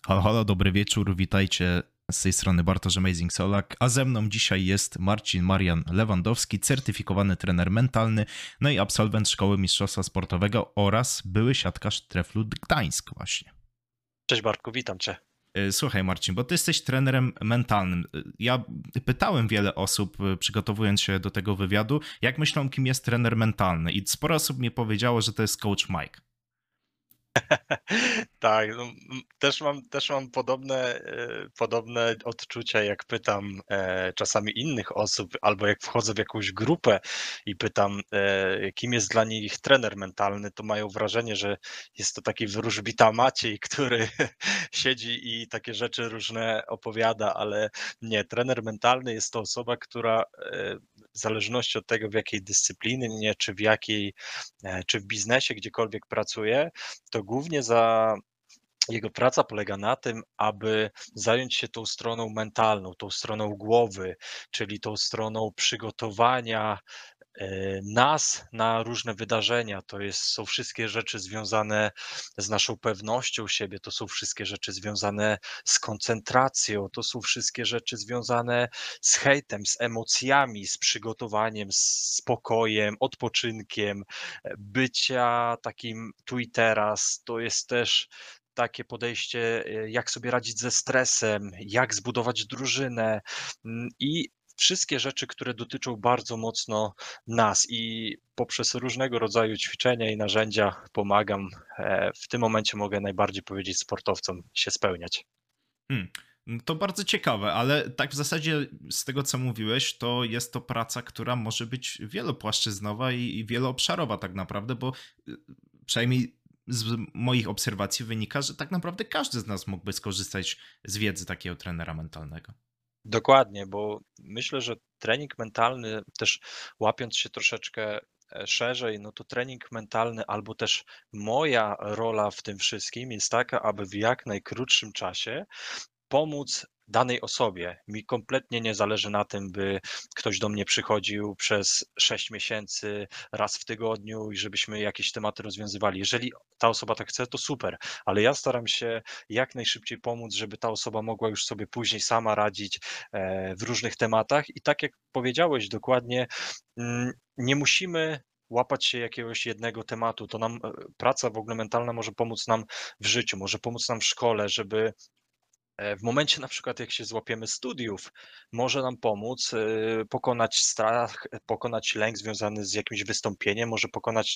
Halo, halo, dobry wieczór, witajcie z tej strony Bartosz Amazing Solak, a ze mną dzisiaj jest Marcin Marian Lewandowski, certyfikowany trener mentalny, no i absolwent Szkoły Mistrzostwa Sportowego oraz były siatkarz Treflu Gdańsk właśnie. Cześć Bartku, witam Cię. Słuchaj Marcin, bo ty jesteś trenerem mentalnym. Ja pytałem wiele osób, przygotowując się do tego wywiadu, jak myślą, kim jest trener mentalny i sporo osób mi powiedziało, że to jest coach Mike. Tak, no, też mam podobne odczucia, jak pytam czasami innych osób, albo jak wchodzę w jakąś grupę i pytam, kim jest dla nich trener mentalny, to mają wrażenie, że jest to taki wróżbita Maciej, który siedzi i takie rzeczy różne opowiada, ale nie, trener mentalny jest to osoba, która w zależności od tego, w jakiej dyscyplinie, czy w biznesie, gdziekolwiek pracuje, to głównie jego praca polega na tym, aby zająć się tą stroną mentalną, tą stroną głowy, czyli tą stroną przygotowania nas na różne wydarzenia. Są wszystkie rzeczy związane z naszą pewnością siebie, to są wszystkie rzeczy związane z koncentracją, to są wszystkie rzeczy związane z hejtem, z emocjami, z przygotowaniem, z spokojem, odpoczynkiem, bycia takim tu i teraz. To jest też takie podejście, jak sobie radzić ze stresem, jak zbudować drużynę, i wszystkie rzeczy, które dotyczą bardzo mocno nas i poprzez różnego rodzaju ćwiczenia i narzędzia pomagam. W tym momencie mogę najbardziej powiedzieć sportowcom się spełniać. Hmm. To bardzo ciekawe, ale tak w zasadzie z tego, co mówiłeś, to jest to praca, która może być wielopłaszczyznowa i wieloobszarowa tak naprawdę, bo przynajmniej z moich obserwacji wynika, że tak naprawdę każdy z nas mógłby skorzystać z wiedzy takiego trenera mentalnego. Dokładnie, bo myślę, że trening mentalny też łapiąc się troszeczkę szerzej, no to trening mentalny albo też moja rola w tym wszystkim jest taka, aby w jak najkrótszym czasie pomóc danej osobie. Mi kompletnie nie zależy na tym, by ktoś do mnie przychodził przez 6 miesięcy, raz w tygodniu i żebyśmy jakieś tematy rozwiązywali. Jeżeli ta osoba tak chce, to super, ale ja staram się jak najszybciej pomóc, żeby ta osoba mogła już sobie później sama radzić w różnych tematach. I tak jak powiedziałeś dokładnie, nie musimy łapać się jakiegoś jednego tematu. To nam praca w ogóle mentalna może pomóc nam w życiu, może pomóc nam w szkole, żeby w momencie na przykład, jak się złapiemy studiów, może nam pomóc, pokonać strach, pokonać lęk związany z jakimś wystąpieniem, może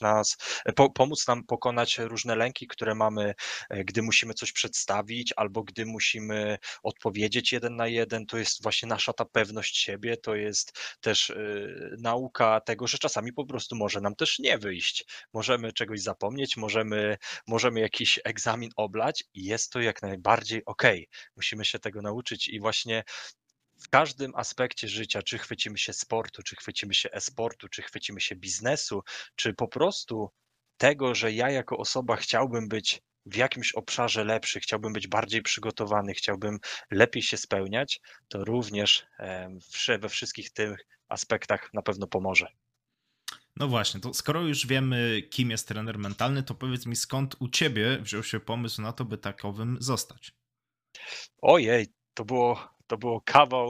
pomóc nam pokonać różne lęki, które mamy, gdy musimy coś przedstawić albo gdy musimy odpowiedzieć 1 na 1. To jest właśnie nasza ta pewność siebie, to jest też, nauka tego, że czasami po prostu może nam też nie wyjść. Możemy czegoś zapomnieć, możemy jakiś egzamin oblać i jest to jak najbardziej okej. Musimy się tego nauczyć i właśnie w każdym aspekcie życia, czy chwycimy się sportu, czy chwycimy się e-sportu, czy chwycimy się biznesu, czy po prostu tego, że ja jako osoba chciałbym być w jakimś obszarze lepszy, chciałbym być bardziej przygotowany, chciałbym lepiej się spełniać, to również we wszystkich tych aspektach na pewno pomoże. No właśnie, to skoro już wiemy, kim jest trener mentalny, to powiedz mi, skąd u ciebie wziął się pomysł na to, by takowym zostać? Ojej, to było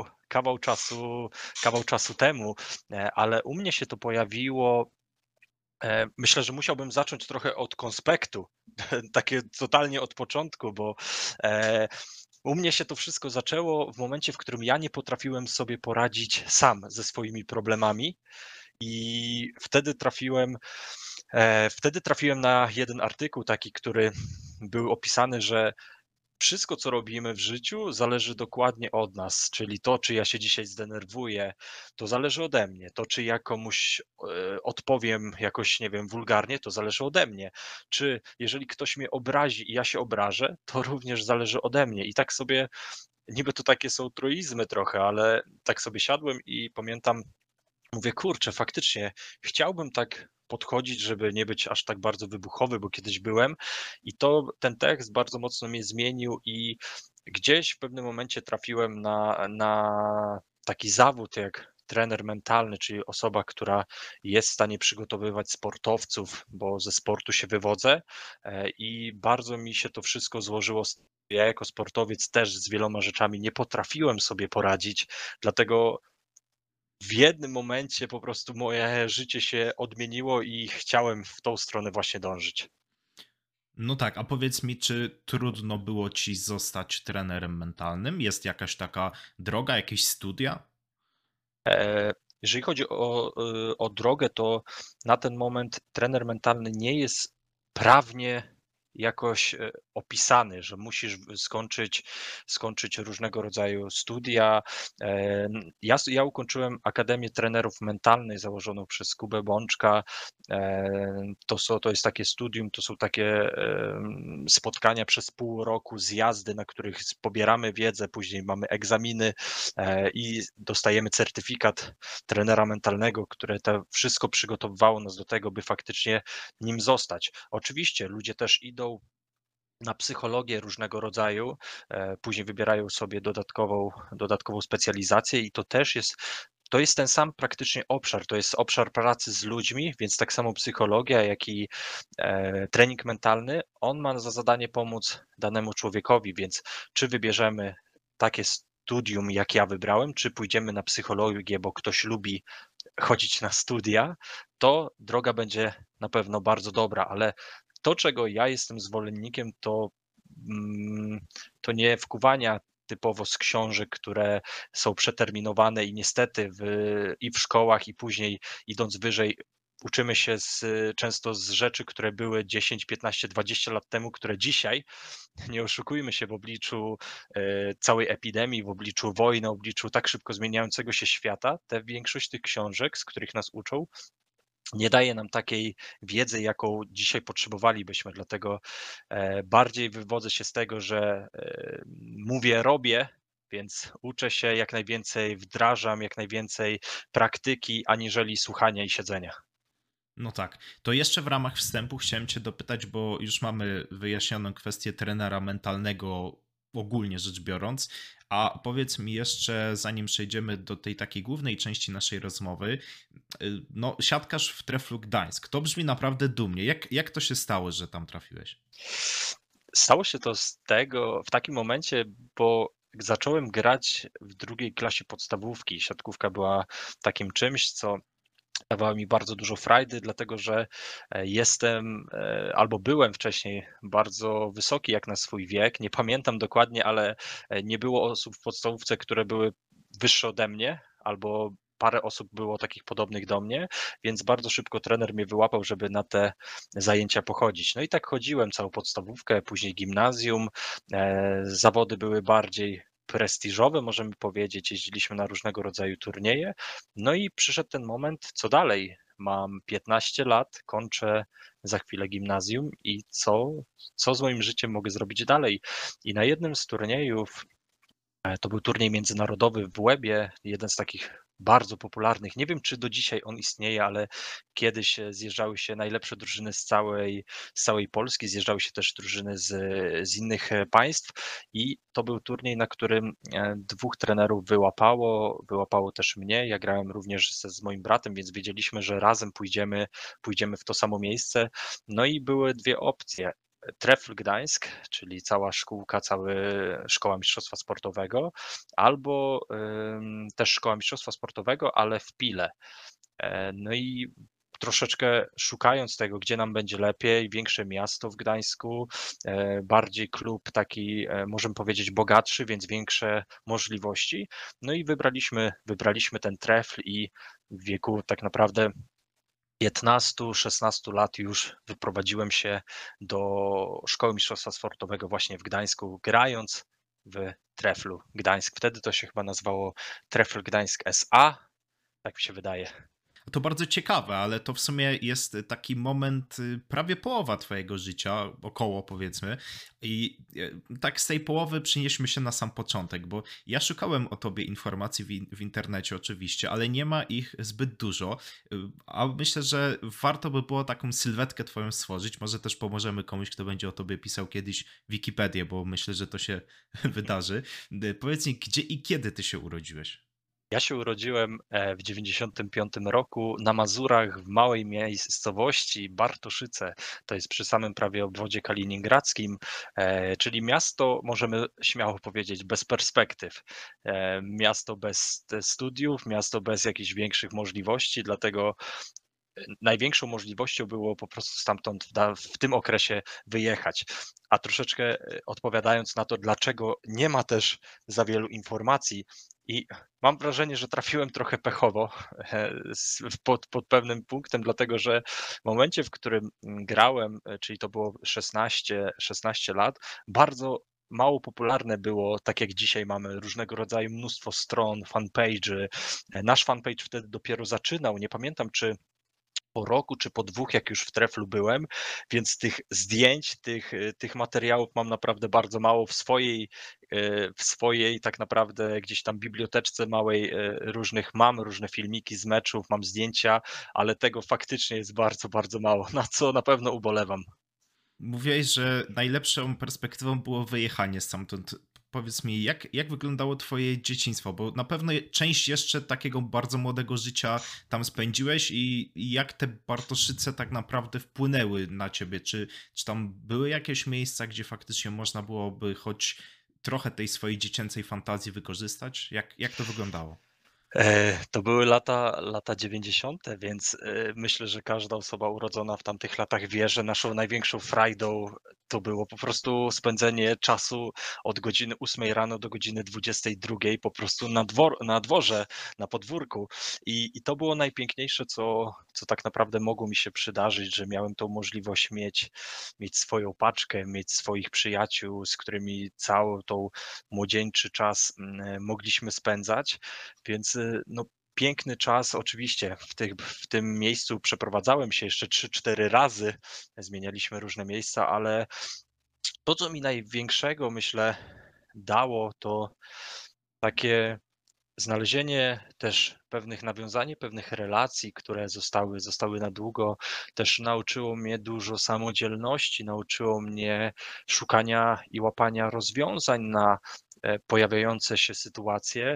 kawał czasu temu, ale u mnie się to pojawiło. Myślę, że musiałbym zacząć trochę od konspektu, takie totalnie od początku, bo e, u mnie się to wszystko zaczęło w momencie, w którym ja nie potrafiłem sobie poradzić sam ze swoimi problemami i wtedy trafiłem na jeden artykuł taki, który był opisany, że wszystko, co robimy w życiu, zależy dokładnie od nas, czyli to, czy ja się dzisiaj zdenerwuję, to zależy ode mnie. To, czy ja komuś odpowiem jakoś, nie wiem, wulgarnie, to zależy ode mnie. Czy jeżeli ktoś mnie obrazi i ja się obrażę, to również zależy ode mnie. I tak sobie, niby to takie są truizmy trochę, ale tak sobie siadłem i pamiętam, mówię, kurczę, faktycznie chciałbym tak podchodzić, żeby nie być aż tak bardzo wybuchowy, bo kiedyś byłem i ten tekst bardzo mocno mnie zmienił i gdzieś w pewnym momencie trafiłem na taki zawód jak trener mentalny, czyli osoba, która jest w stanie przygotowywać sportowców, bo ze sportu się wywodzę, i bardzo mi się to wszystko złożyło Ja jako sportowiec też z wieloma rzeczami nie potrafiłem sobie poradzić, dlatego w jednym momencie po prostu moje życie się odmieniło i chciałem w tą stronę właśnie dążyć. No tak, a powiedz mi, czy trudno było ci zostać trenerem mentalnym? Jest jakaś taka droga, jakieś studia? Jeżeli chodzi o drogę, to na ten moment trener mentalny nie jest prawnie jakoś, opisany, że musisz skończyć różnego rodzaju studia. Ja ukończyłem Akademię Trenerów Mentalnych założoną przez Kubę Bączka. To jest takie studium, to są takie, spotkania przez pół roku, zjazdy, na których pobieramy wiedzę, później mamy egzaminy, i dostajemy certyfikat trenera mentalnego, które to wszystko przygotowywało nas do tego, by faktycznie nim zostać. Oczywiście ludzie też idą na psychologię różnego rodzaju, później wybierają sobie dodatkową specjalizację i to jest ten sam praktycznie obszar. To jest obszar pracy z ludźmi, więc tak samo psychologia, jak i trening mentalny, on ma za zadanie pomóc danemu człowiekowi, więc czy wybierzemy takie studium, jak ja wybrałem, czy pójdziemy na psychologię, bo ktoś lubi chodzić na studia, to droga będzie na pewno bardzo dobra, ale to, czego ja jestem zwolennikiem, mm, to nie wkuwania typowo z książek, które są przeterminowane i niestety i w szkołach, i później idąc wyżej uczymy się często z rzeczy, które były 10, 15, 20 lat temu, które dzisiaj, nie oszukujmy się, w obliczu całej epidemii, w obliczu wojny, w obliczu tak szybko zmieniającego się świata, większość tych książek, z których nas uczą, nie daje nam takiej wiedzy, jaką dzisiaj potrzebowalibyśmy. Dlatego bardziej wywodzę się z tego, że mówię, robię, więc uczę się jak najwięcej, wdrażam jak najwięcej praktyki, aniżeli słuchania i siedzenia. No tak. To jeszcze w ramach wstępu chciałem cię dopytać, bo już mamy wyjaśnioną kwestię trenera mentalnego ogólnie rzecz biorąc, a powiedz mi jeszcze, zanim przejdziemy do tej takiej głównej części naszej rozmowy, no siatkarz w Treflu Gdańsk, to brzmi naprawdę dumnie. Jak to się stało, że tam trafiłeś? Stało się to w takim momencie, bo zacząłem grać w drugiej klasie podstawówki. Siatkówka była takim czymś, co dawała mi bardzo dużo frajdy, dlatego że jestem albo byłem wcześniej bardzo wysoki jak na swój wiek. Nie pamiętam dokładnie, ale nie było osób w podstawówce, które były wyższe ode mnie, albo parę osób było takich podobnych do mnie, więc bardzo szybko trener mnie wyłapał, żeby na te zajęcia pochodzić. No i tak chodziłem całą podstawówkę, później gimnazjum. Zawody były bardziej prestiżowe, możemy powiedzieć. Jeździliśmy na różnego rodzaju turnieje. No i przyszedł ten moment, co dalej? Mam 15 lat, kończę za chwilę gimnazjum i co z moim życiem mogę zrobić dalej? I na jednym z turniejów, to był turniej międzynarodowy w Łebie, jeden z takich bardzo popularnych. Nie wiem, czy do dzisiaj on istnieje, ale kiedyś zjeżdżały się najlepsze drużyny z całej Polski, zjeżdżały się też drużyny z innych państw i to był turniej, na którym dwóch trenerów wyłapało też mnie. Ja grałem również z moim bratem, więc wiedzieliśmy, że razem pójdziemy w to samo miejsce. No i były dwie opcje. Trefl Gdańsk, czyli cała szkoła mistrzostwa sportowego, albo też szkoła mistrzostwa sportowego, ale w Pile. No i troszeczkę szukając tego, gdzie nam będzie lepiej, większe miasto w Gdańsku, bardziej klub taki, możemy powiedzieć, bogatszy, więc większe możliwości. No i wybraliśmy ten Trefl i w wieku tak naprawdę 15-16 lat już wyprowadziłem się do Szkoły Mistrzostwa Sportowego właśnie w Gdańsku, grając w Treflu Gdańsk. Wtedy to się chyba nazywało Trefl Gdańsk SA, tak mi się wydaje. To bardzo ciekawe, ale to w sumie jest taki moment, prawie połowa twojego życia, około powiedzmy. I tak z tej połowy przenieśmy się na sam początek, bo ja szukałem o tobie informacji w internecie oczywiście, ale nie ma ich zbyt dużo. A myślę, że warto by było taką sylwetkę twoją stworzyć. Może też pomożemy komuś, kto będzie o tobie pisał kiedyś Wikipedię, bo myślę, że to się wydarzy. Powiedz mi, gdzie i kiedy ty się urodziłeś? Ja się urodziłem w 95 roku na Mazurach w małej miejscowości Bartoszyce. To jest przy samym prawie obwodzie kaliningradzkim, czyli miasto, możemy śmiało powiedzieć, bez perspektyw. Miasto bez studiów, miasto bez jakichś większych możliwości, dlatego największą możliwością było po prostu stamtąd w tym okresie wyjechać. A troszeczkę odpowiadając na to, dlaczego nie ma też za wielu informacji i mam wrażenie, że trafiłem trochę pechowo pod pewnym punktem, dlatego że w momencie, w którym grałem, czyli to było 16 lat, bardzo mało popularne było, tak jak dzisiaj mamy różnego rodzaju mnóstwo stron, fanpage'y. Nasz fanpage wtedy dopiero zaczynał. Nie pamiętam, czy po roku czy po 2, jak już w Treflu byłem, więc tych zdjęć, tych materiałów mam naprawdę bardzo mało w swojej tak naprawdę gdzieś tam biblioteczce małej, różne filmiki z meczów, mam zdjęcia, ale tego faktycznie jest bardzo, bardzo mało, na co na pewno ubolewam. Mówiłeś, że najlepszą perspektywą było wyjechanie stamtąd. Powiedz mi, jak wyglądało twoje dzieciństwo? Bo na pewno część jeszcze takiego bardzo młodego życia tam spędziłeś i jak te Bartoszyce tak naprawdę wpłynęły na ciebie? Czy tam były jakieś miejsca, gdzie faktycznie można byłoby choć trochę tej swojej dziecięcej fantazji wykorzystać? Jak to wyglądało? To były lata 90., więc myślę, że każda osoba urodzona w tamtych latach wie, że naszą największą frajdą to było po prostu spędzenie czasu od godziny 8 rano do godziny 22 po prostu na dworze, na podwórku. I to było najpiękniejsze, co tak naprawdę mogło mi się przydarzyć, że miałem tą możliwość mieć swoją paczkę, mieć swoich przyjaciół, z którymi całą tą młodzieńczy czas mogliśmy spędzać. Więc no, piękny czas. Oczywiście w tym miejscu przeprowadzałem się jeszcze 3-4 razy. Zmienialiśmy różne miejsca, ale to, co mi największego, myślę, dało, to takie znalezienie też nawiązanie pewnych relacji, które zostały na długo. Też nauczyło mnie dużo samodzielności, nauczyło mnie szukania i łapania rozwiązań na pojawiające się sytuacje,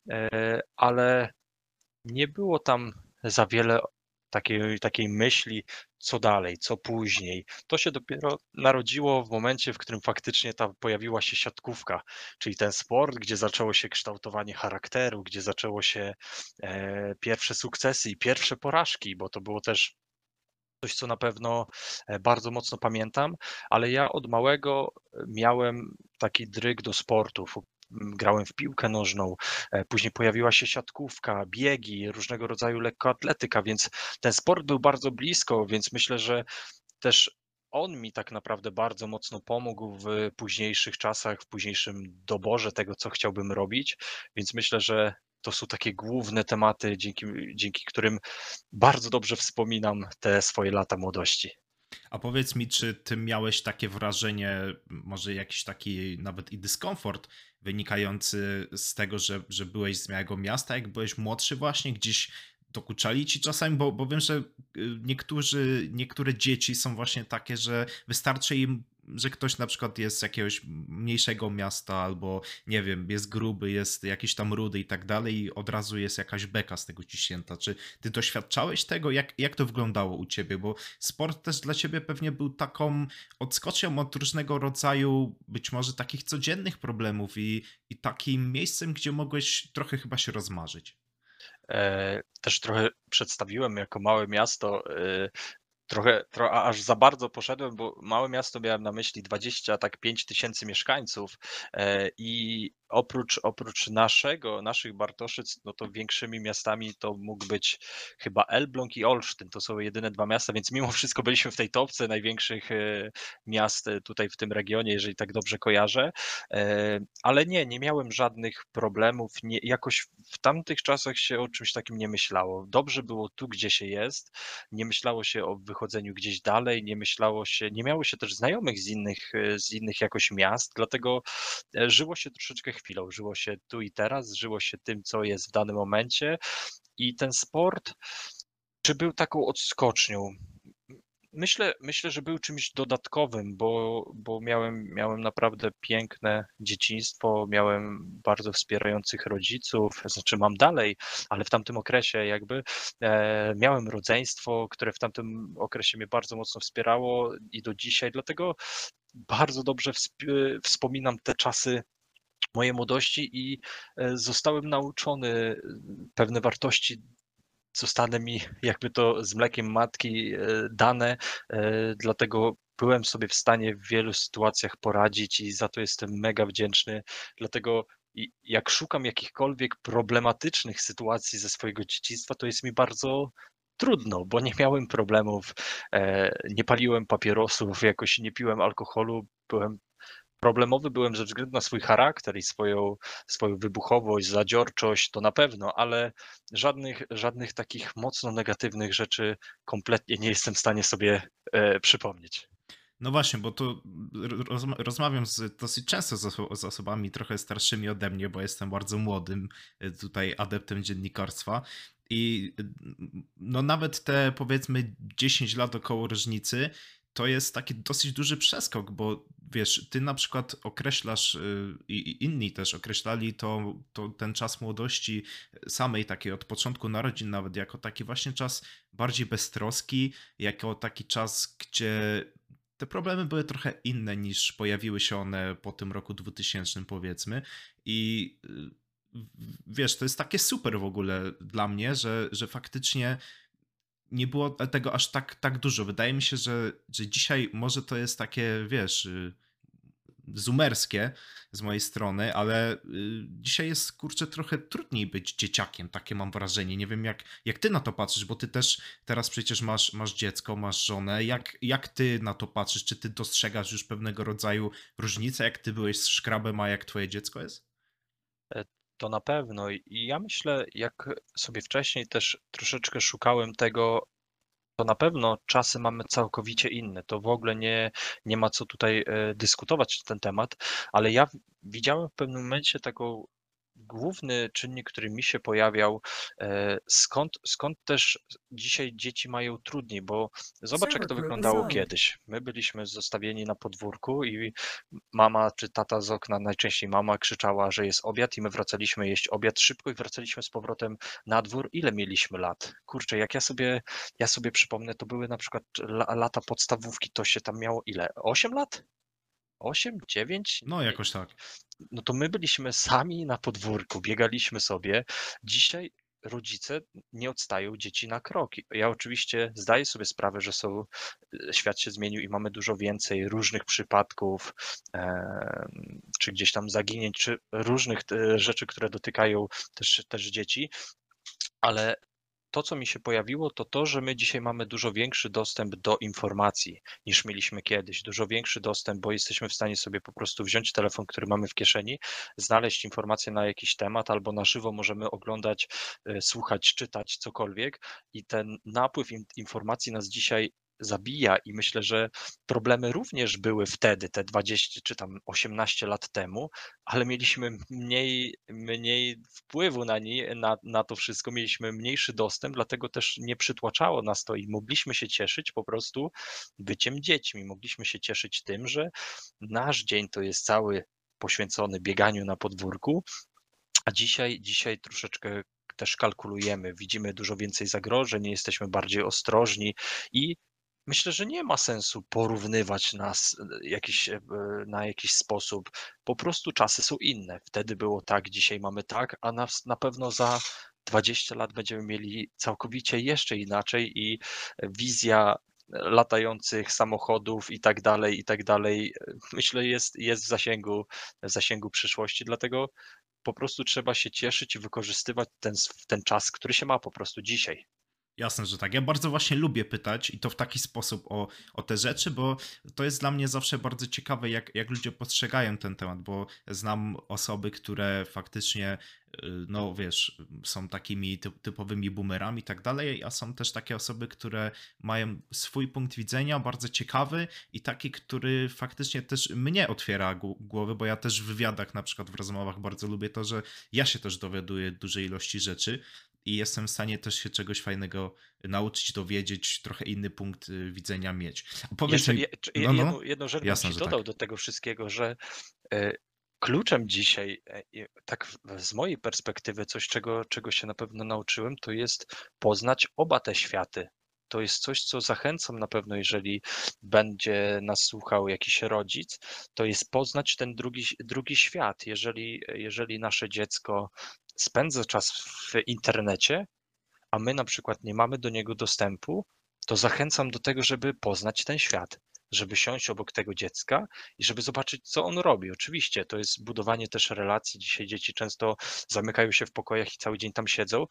ale nie było tam za wiele takiej myśli, co dalej, co później. To się dopiero narodziło w momencie, w którym faktycznie tam pojawiła się siatkówka, czyli ten sport, gdzie zaczęło się kształtowanie charakteru, gdzie zaczęło się pierwsze sukcesy i pierwsze porażki, bo to było też coś, co na pewno bardzo mocno pamiętam, ale ja od małego miałem taki dryg do sportów. Grałem w piłkę nożną, później pojawiła się siatkówka, biegi, różnego rodzaju lekkoatletyka, więc ten sport był bardzo blisko, więc myślę, że też on mi tak naprawdę bardzo mocno pomógł w późniejszych czasach, w późniejszym doborze tego, co chciałbym robić, więc myślę, że to są takie główne tematy, dzięki którym bardzo dobrze wspominam te swoje lata młodości. A powiedz mi, czy ty miałeś takie wrażenie, może jakiś taki nawet i dyskomfort wynikający z tego, że byłeś z małego miasta, jak byłeś młodszy właśnie, gdzieś dokuczali ci czasami, bo wiem, że niektóre dzieci są właśnie takie, że wystarczy im, że ktoś na przykład jest z jakiegoś mniejszego miasta albo nie wiem, jest gruby, jest jakiś tam rudy i tak dalej i od razu jest jakaś beka z tego ciśnięta. Czy ty doświadczałeś tego? Jak to wyglądało u ciebie? Bo sport też dla ciebie pewnie był taką odskocznią od różnego rodzaju, być może takich codziennych problemów i takim miejscem, gdzie mogłeś trochę chyba się rozmarzyć. Też trochę przedstawiłem jako małe miasto. A aż za bardzo poszedłem, bo małe miasto miałem na myśli 25 tysięcy mieszkańców, i oprócz naszych Bartoszyc, no to większymi miastami to mógł być chyba Elbląg i Olsztyn. To są jedyne 2 miasta, więc mimo wszystko byliśmy w tej topce największych, miast, tutaj w tym regionie, jeżeli tak dobrze kojarzę. Ale nie miałem żadnych problemów, jakoś w tamtych czasach się o czymś takim nie myślało. Dobrze było tu, gdzie się jest, nie myślało się o wychodzeniu gdzieś dalej, nie miało się też znajomych z innych jakoś miast, dlatego żyło się troszeczkę chwilą, żyło się tu i teraz, żyło się tym, co jest w danym momencie i ten sport, czy był taką odskocznią? Myślę, że był czymś dodatkowym, bo miałem naprawdę piękne dzieciństwo, miałem bardzo wspierających rodziców, znaczy mam dalej, ale w tamtym okresie jakby miałem rodzeństwo, które w tamtym okresie mnie bardzo mocno wspierało i do dzisiaj, dlatego bardzo dobrze wspominam te czasy mojej młodości i zostałem nauczony pewne wartości zostanę mi jakby to z mlekiem matki dane, dlatego byłem sobie w stanie w wielu sytuacjach poradzić i za to jestem mega wdzięczny. Dlatego jak szukam jakichkolwiek problematycznych sytuacji ze swojego dzieciństwa, to jest mi bardzo trudno, bo nie miałem problemów, nie paliłem papierosów, jakoś nie piłem alkoholu, problemowy byłem ze względu na swój charakter i swoją wybuchowość, zadziorczość, to na pewno, ale żadnych takich mocno negatywnych rzeczy kompletnie nie jestem w stanie sobie przypomnieć. No właśnie, bo to rozmawiam dosyć często z osobami trochę starszymi ode mnie, bo jestem bardzo młodym tutaj adeptem dziennikarstwa. I no nawet te powiedzmy 10 lat około różnicy to jest taki dosyć duży przeskok, bo wiesz, ty na przykład określasz i inni też określali to ten czas młodości samej takiej od początku narodzin nawet jako taki właśnie czas bardziej beztroski, jako taki czas, gdzie te problemy były trochę inne niż pojawiły się one po tym roku 2000 powiedzmy i wiesz, to jest takie super w ogóle dla mnie, że faktycznie nie było tego aż tak dużo. Wydaje mi się, że dzisiaj może to jest takie, wiesz, zoomerskie z mojej strony, ale dzisiaj jest kurczę trochę trudniej być dzieciakiem, takie mam wrażenie. Nie wiem jak ty na to patrzysz, bo ty też teraz przecież masz dziecko, masz żonę. Jak ty na to patrzysz? Czy ty dostrzegasz już pewnego rodzaju różnicę, jak ty byłeś z szkrabem, a jak twoje dziecko jest? To na pewno i ja myślę, jak sobie wcześniej też troszeczkę szukałem tego, to na pewno czasy mamy całkowicie inne. To w ogóle nie ma co tutaj dyskutować na ten temat, ale ja widziałem w pewnym momencie taką główny czynnik, który mi się pojawiał, skąd też dzisiaj dzieci mają trudniej, bo zobacz, jak Server to group wyglądało assigned. kiedyś. My byliśmy zostawieni na podwórku i mama czy tata z okna, najczęściej mama krzyczała, że jest obiad i my wracaliśmy jeść obiad szybko i wracaliśmy z powrotem na dwór. Ile mieliśmy lat? Kurczę, jak ja sobie przypomnę, to były na przykład lata podstawówki, to się tam miało ile? 8 lat? 8, 9? No jakoś tak. No to my byliśmy sami na podwórku, biegaliśmy sobie. Dzisiaj rodzice nie odstają dzieci na kroki. Ja oczywiście zdaję sobie sprawę, że świat się zmienił i mamy dużo więcej różnych przypadków, czy gdzieś tam zaginięć, czy różnych rzeczy, które dotykają też dzieci, ale to, co mi się pojawiło, to to, że my dzisiaj mamy dużo większy dostęp do informacji niż mieliśmy kiedyś. Dużo większy dostęp, bo jesteśmy w stanie sobie po prostu wziąć telefon, który mamy w kieszeni, znaleźć informację na jakiś temat, albo na żywo możemy oglądać, słuchać, czytać cokolwiek i ten napływ informacji nas dzisiaj zabija i myślę, że problemy również były wtedy, te 20 czy tam 18 lat temu, ale mieliśmy mniej wpływu na to wszystko, mieliśmy mniejszy dostęp, dlatego też nie przytłaczało nas to i mogliśmy się cieszyć po prostu byciem dziećmi. Mogliśmy się cieszyć tym, że nasz dzień to jest cały poświęcony bieganiu na podwórku, a dzisiaj troszeczkę też kalkulujemy, widzimy dużo więcej zagrożeń, jesteśmy bardziej ostrożni i myślę, że nie ma sensu porównywać nas na jakiś sposób. Po prostu czasy są inne. Wtedy było tak, dzisiaj mamy tak, a na pewno za 20 lat będziemy mieli całkowicie jeszcze inaczej i wizja latających samochodów i tak dalej, myślę jest w zasięgu przyszłości, dlatego po prostu trzeba się cieszyć i wykorzystywać ten czas, który się ma po prostu dzisiaj. Jasne, że tak. Ja bardzo właśnie lubię pytać i to w taki sposób o te rzeczy, bo to jest dla mnie zawsze bardzo ciekawe, jak ludzie postrzegają ten temat, bo znam osoby, które faktycznie, no wiesz, są takimi typowymi boomerami i tak dalej, a są też takie osoby, które mają swój punkt widzenia, bardzo ciekawy i taki, który faktycznie też mnie otwiera głowy, bo ja też w wywiadach, na przykład w rozmowach bardzo lubię to, że ja się też dowiaduję dużej ilości rzeczy. i jestem w stanie też się czegoś fajnego nauczyć, dowiedzieć, trochę inny punkt widzenia mieć. A powiedz Jeszcze mi, no, no, jedną rzecz bym jasne, ci że dodał tak. do tego wszystkiego, że e, kluczem dzisiaj, tak z mojej perspektywy, coś czego się na pewno nauczyłem, to jest poznać oba te światy. To jest coś, co zachęcam na pewno, jeżeli będzie nas słuchał jakiś rodzic, to jest poznać ten drugi świat. Jeżeli nasze dziecko spędza czas w internecie, a my na przykład nie mamy do niego dostępu, to zachęcam do tego, żeby poznać ten świat, żeby siąść obok tego dziecka i żeby zobaczyć, co on robi. Oczywiście to jest budowanie też relacji. Dzisiaj dzieci często zamykają się w pokojach i cały dzień tam siedzą,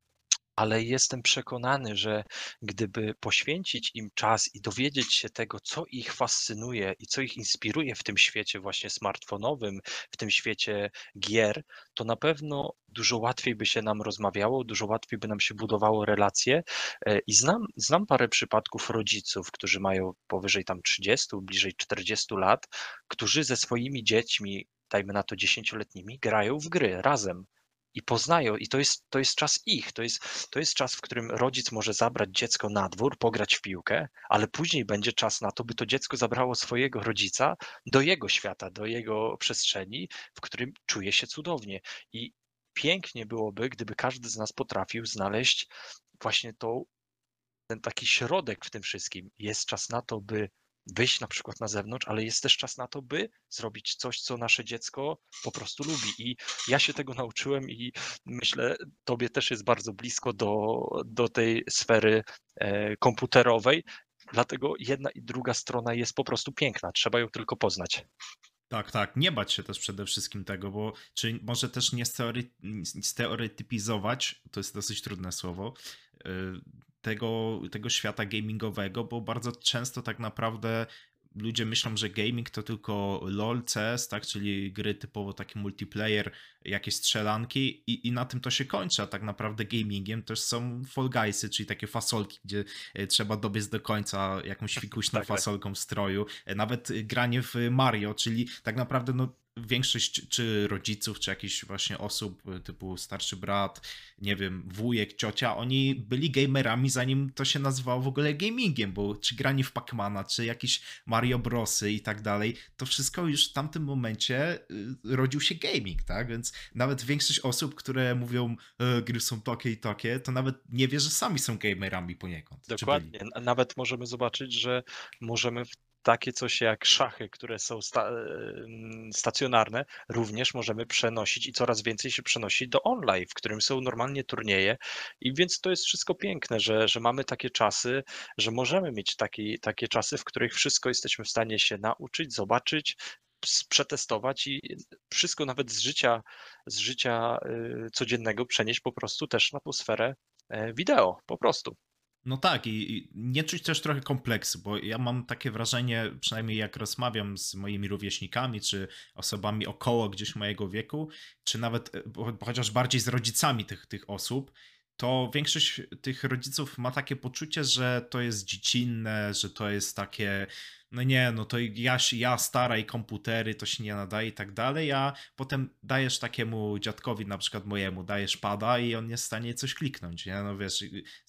ale jestem przekonany, że gdyby poświęcić im czas i dowiedzieć się tego, co ich fascynuje i co ich inspiruje w tym świecie właśnie smartfonowym, w tym świecie gier, to na pewno dużo łatwiej by się nam rozmawiało, dużo łatwiej by nam się budowało relacje. I znam parę przypadków rodziców, którzy mają powyżej tam 30, bliżej 40 lat, którzy ze swoimi dziećmi, dajmy na to 10-letnimi, grają w gry razem i poznają, i to jest czas ich, to jest czas, w którym rodzic może zabrać dziecko na dwór, pograć w piłkę, ale później będzie czas na to, by to dziecko zabrało swojego rodzica do jego świata, do jego przestrzeni, w którym czuje się cudownie. I pięknie byłoby, gdyby każdy z nas potrafił znaleźć właśnie ten taki środek w tym wszystkim. Jest czas na to, by wyjść na przykład na zewnątrz, ale jest też czas na to, by zrobić coś, co nasze dziecko po prostu lubi. I ja się tego nauczyłem i myślę, tobie też jest bardzo blisko do tej sfery komputerowej. Dlatego jedna i druga strona jest po prostu piękna. Trzeba ją tylko poznać. Tak, tak. Nie bać się też przede wszystkim tego, bo czy może też nie stereotypizować, to jest dosyć trudne słowo, tego świata gamingowego, bo bardzo często tak naprawdę ludzie myślą, że gaming to tylko LoL, CS, tak, czyli gry typowo taki multiplayer, jakieś strzelanki i na tym to się kończy, a tak naprawdę gamingiem też są Fall Guysy, czyli takie fasolki, gdzie trzeba dobiec do końca jakąś fikuśną Tak, tak. fasolką w stroju. Nawet granie w Mario, czyli tak naprawdę no, większość czy rodziców, czy jakichś właśnie osób typu starszy brat, nie wiem, wujek, ciocia, oni byli gamerami zanim to się nazywało w ogóle gamingiem, bo czy granie w Pacmana, czy jakieś Mario Brosy i tak dalej, to wszystko już w tamtym momencie rodził się gaming, tak? Więc nawet większość osób, które mówią gry są takie i takie, to nawet nie wie, że sami są gamerami poniekąd, czy byli. Dokładnie. Nawet możemy zobaczyć, że możemy w takie coś jak szachy, które są stacjonarne, również możemy przenosić i coraz więcej się przenosi do online, w którym są normalnie turnieje. I więc to jest wszystko piękne, że mamy takie czasy, że możemy mieć takie czasy, w których wszystko jesteśmy w stanie się nauczyć, zobaczyć, przetestować i wszystko nawet z życia codziennego przenieść po prostu też na tą sferę wideo, po prostu. No tak, i nie czuć też trochę kompleksu, bo ja mam takie wrażenie, przynajmniej jak rozmawiam z moimi rówieśnikami, czy osobami około gdzieś mojego wieku, czy nawet chociaż bardziej z rodzicami tych osób, to większość tych rodziców ma takie poczucie, że to jest dziecinne, że to jest takie, no nie, no to ja stara i komputery, to się nie nadaje i tak dalej, a potem dajesz takiemu dziadkowi, na przykład mojemu, dajesz pada i on jest w stanie coś kliknąć, nie? No wiesz,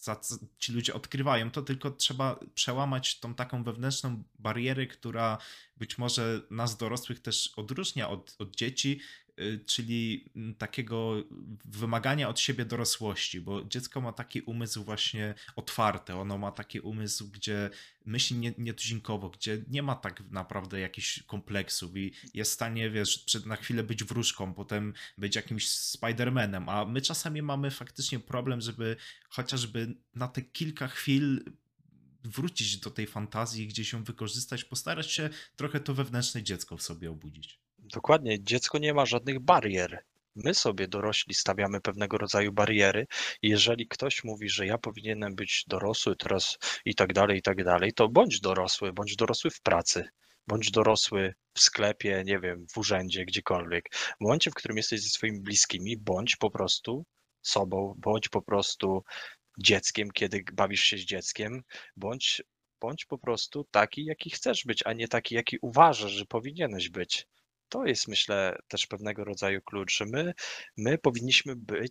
ci ludzie odkrywają to, tylko trzeba przełamać tą taką wewnętrzną barierę, która być może nas dorosłych też odróżnia od dzieci, czyli takiego wymagania od siebie dorosłości, bo dziecko ma taki umysł właśnie otwarty, ono ma taki umysł, gdzie myśli nietuzinkowo, gdzie nie ma tak naprawdę jakichś kompleksów i jest w stanie, wiesz, na chwilę być wróżką, potem być jakimś Spidermanem, a my czasami mamy faktycznie problem, żeby chociażby na te kilka chwil wrócić do tej fantazji, gdzieś ją wykorzystać, postarać się trochę to wewnętrzne dziecko w sobie obudzić. Dokładnie, dziecko nie ma żadnych barier. My sobie dorośli stawiamy pewnego rodzaju bariery. Jeżeli ktoś mówi, że ja powinienem być dorosły teraz i tak dalej, to bądź dorosły w pracy, bądź dorosły w sklepie, nie wiem, w urzędzie, gdziekolwiek. W momencie, w którym jesteś ze swoimi bliskimi, bądź po prostu sobą, bądź po prostu dzieckiem, kiedy bawisz się z dzieckiem, bądź, bądź po prostu taki, jaki chcesz być, a nie taki, jaki uważasz, że powinieneś być. To jest, myślę, też pewnego rodzaju klucz, że my powinniśmy być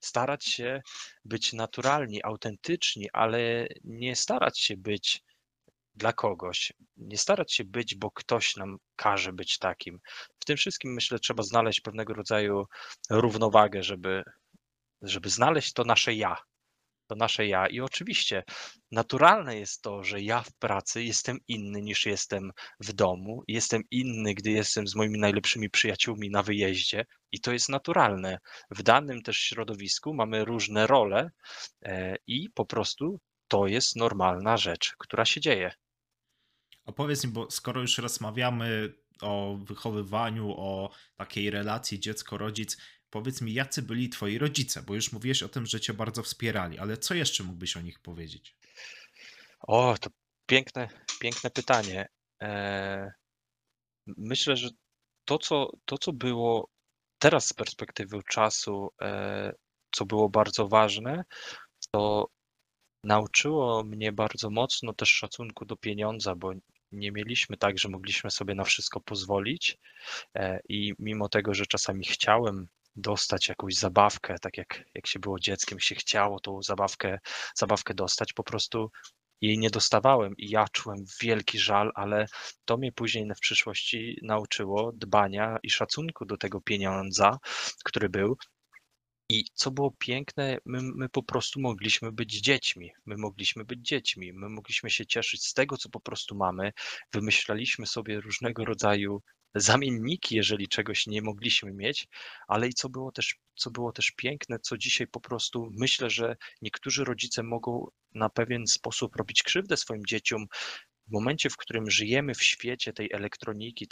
starać się być naturalni, autentyczni, ale nie starać się być dla kogoś, nie starać się być, bo ktoś nam każe być takim. W tym wszystkim myślę, trzeba znaleźć pewnego rodzaju równowagę, żeby znaleźć to nasze ja. To nasze ja. I oczywiście naturalne jest to, że ja w pracy jestem inny niż jestem w domu. Jestem inny, gdy jestem z moimi najlepszymi przyjaciółmi na wyjeździe, i to jest naturalne. W danym też środowisku mamy różne role i po prostu to jest normalna rzecz, która się dzieje. Opowiedz mi, bo skoro już rozmawiamy o wychowywaniu, o takiej relacji dziecko-rodzic, powiedz mi, jacy byli twoi rodzice? Bo już mówiłeś o tym, że cię bardzo wspierali, ale co jeszcze mógłbyś o nich powiedzieć? O, to piękne, piękne pytanie. E, Myślę, że to, co było teraz z perspektywy czasu, co było bardzo ważne, to nauczyło mnie bardzo mocno też szacunku do pieniądza, bo nie mieliśmy tak, że mogliśmy sobie na wszystko pozwolić, i mimo tego, że czasami chciałem dostać jakąś zabawkę, tak jak się było dzieckiem, się chciało tą zabawkę dostać, po prostu jej nie dostawałem i ja czułem wielki żal, ale to mnie później w przyszłości nauczyło dbania i szacunku do tego pieniądza, który był. I co było piękne, my po prostu mogliśmy być dziećmi. My mogliśmy być dziećmi. My mogliśmy się cieszyć z tego, co po prostu mamy. Wymyślaliśmy sobie różnego rodzaju zamienniki, jeżeli czegoś nie mogliśmy mieć, ale i co było też piękne, co dzisiaj po prostu myślę, że niektórzy rodzice mogą na pewien sposób robić krzywdę swoim dzieciom, w momencie, w którym żyjemy w świecie tej elektroniki,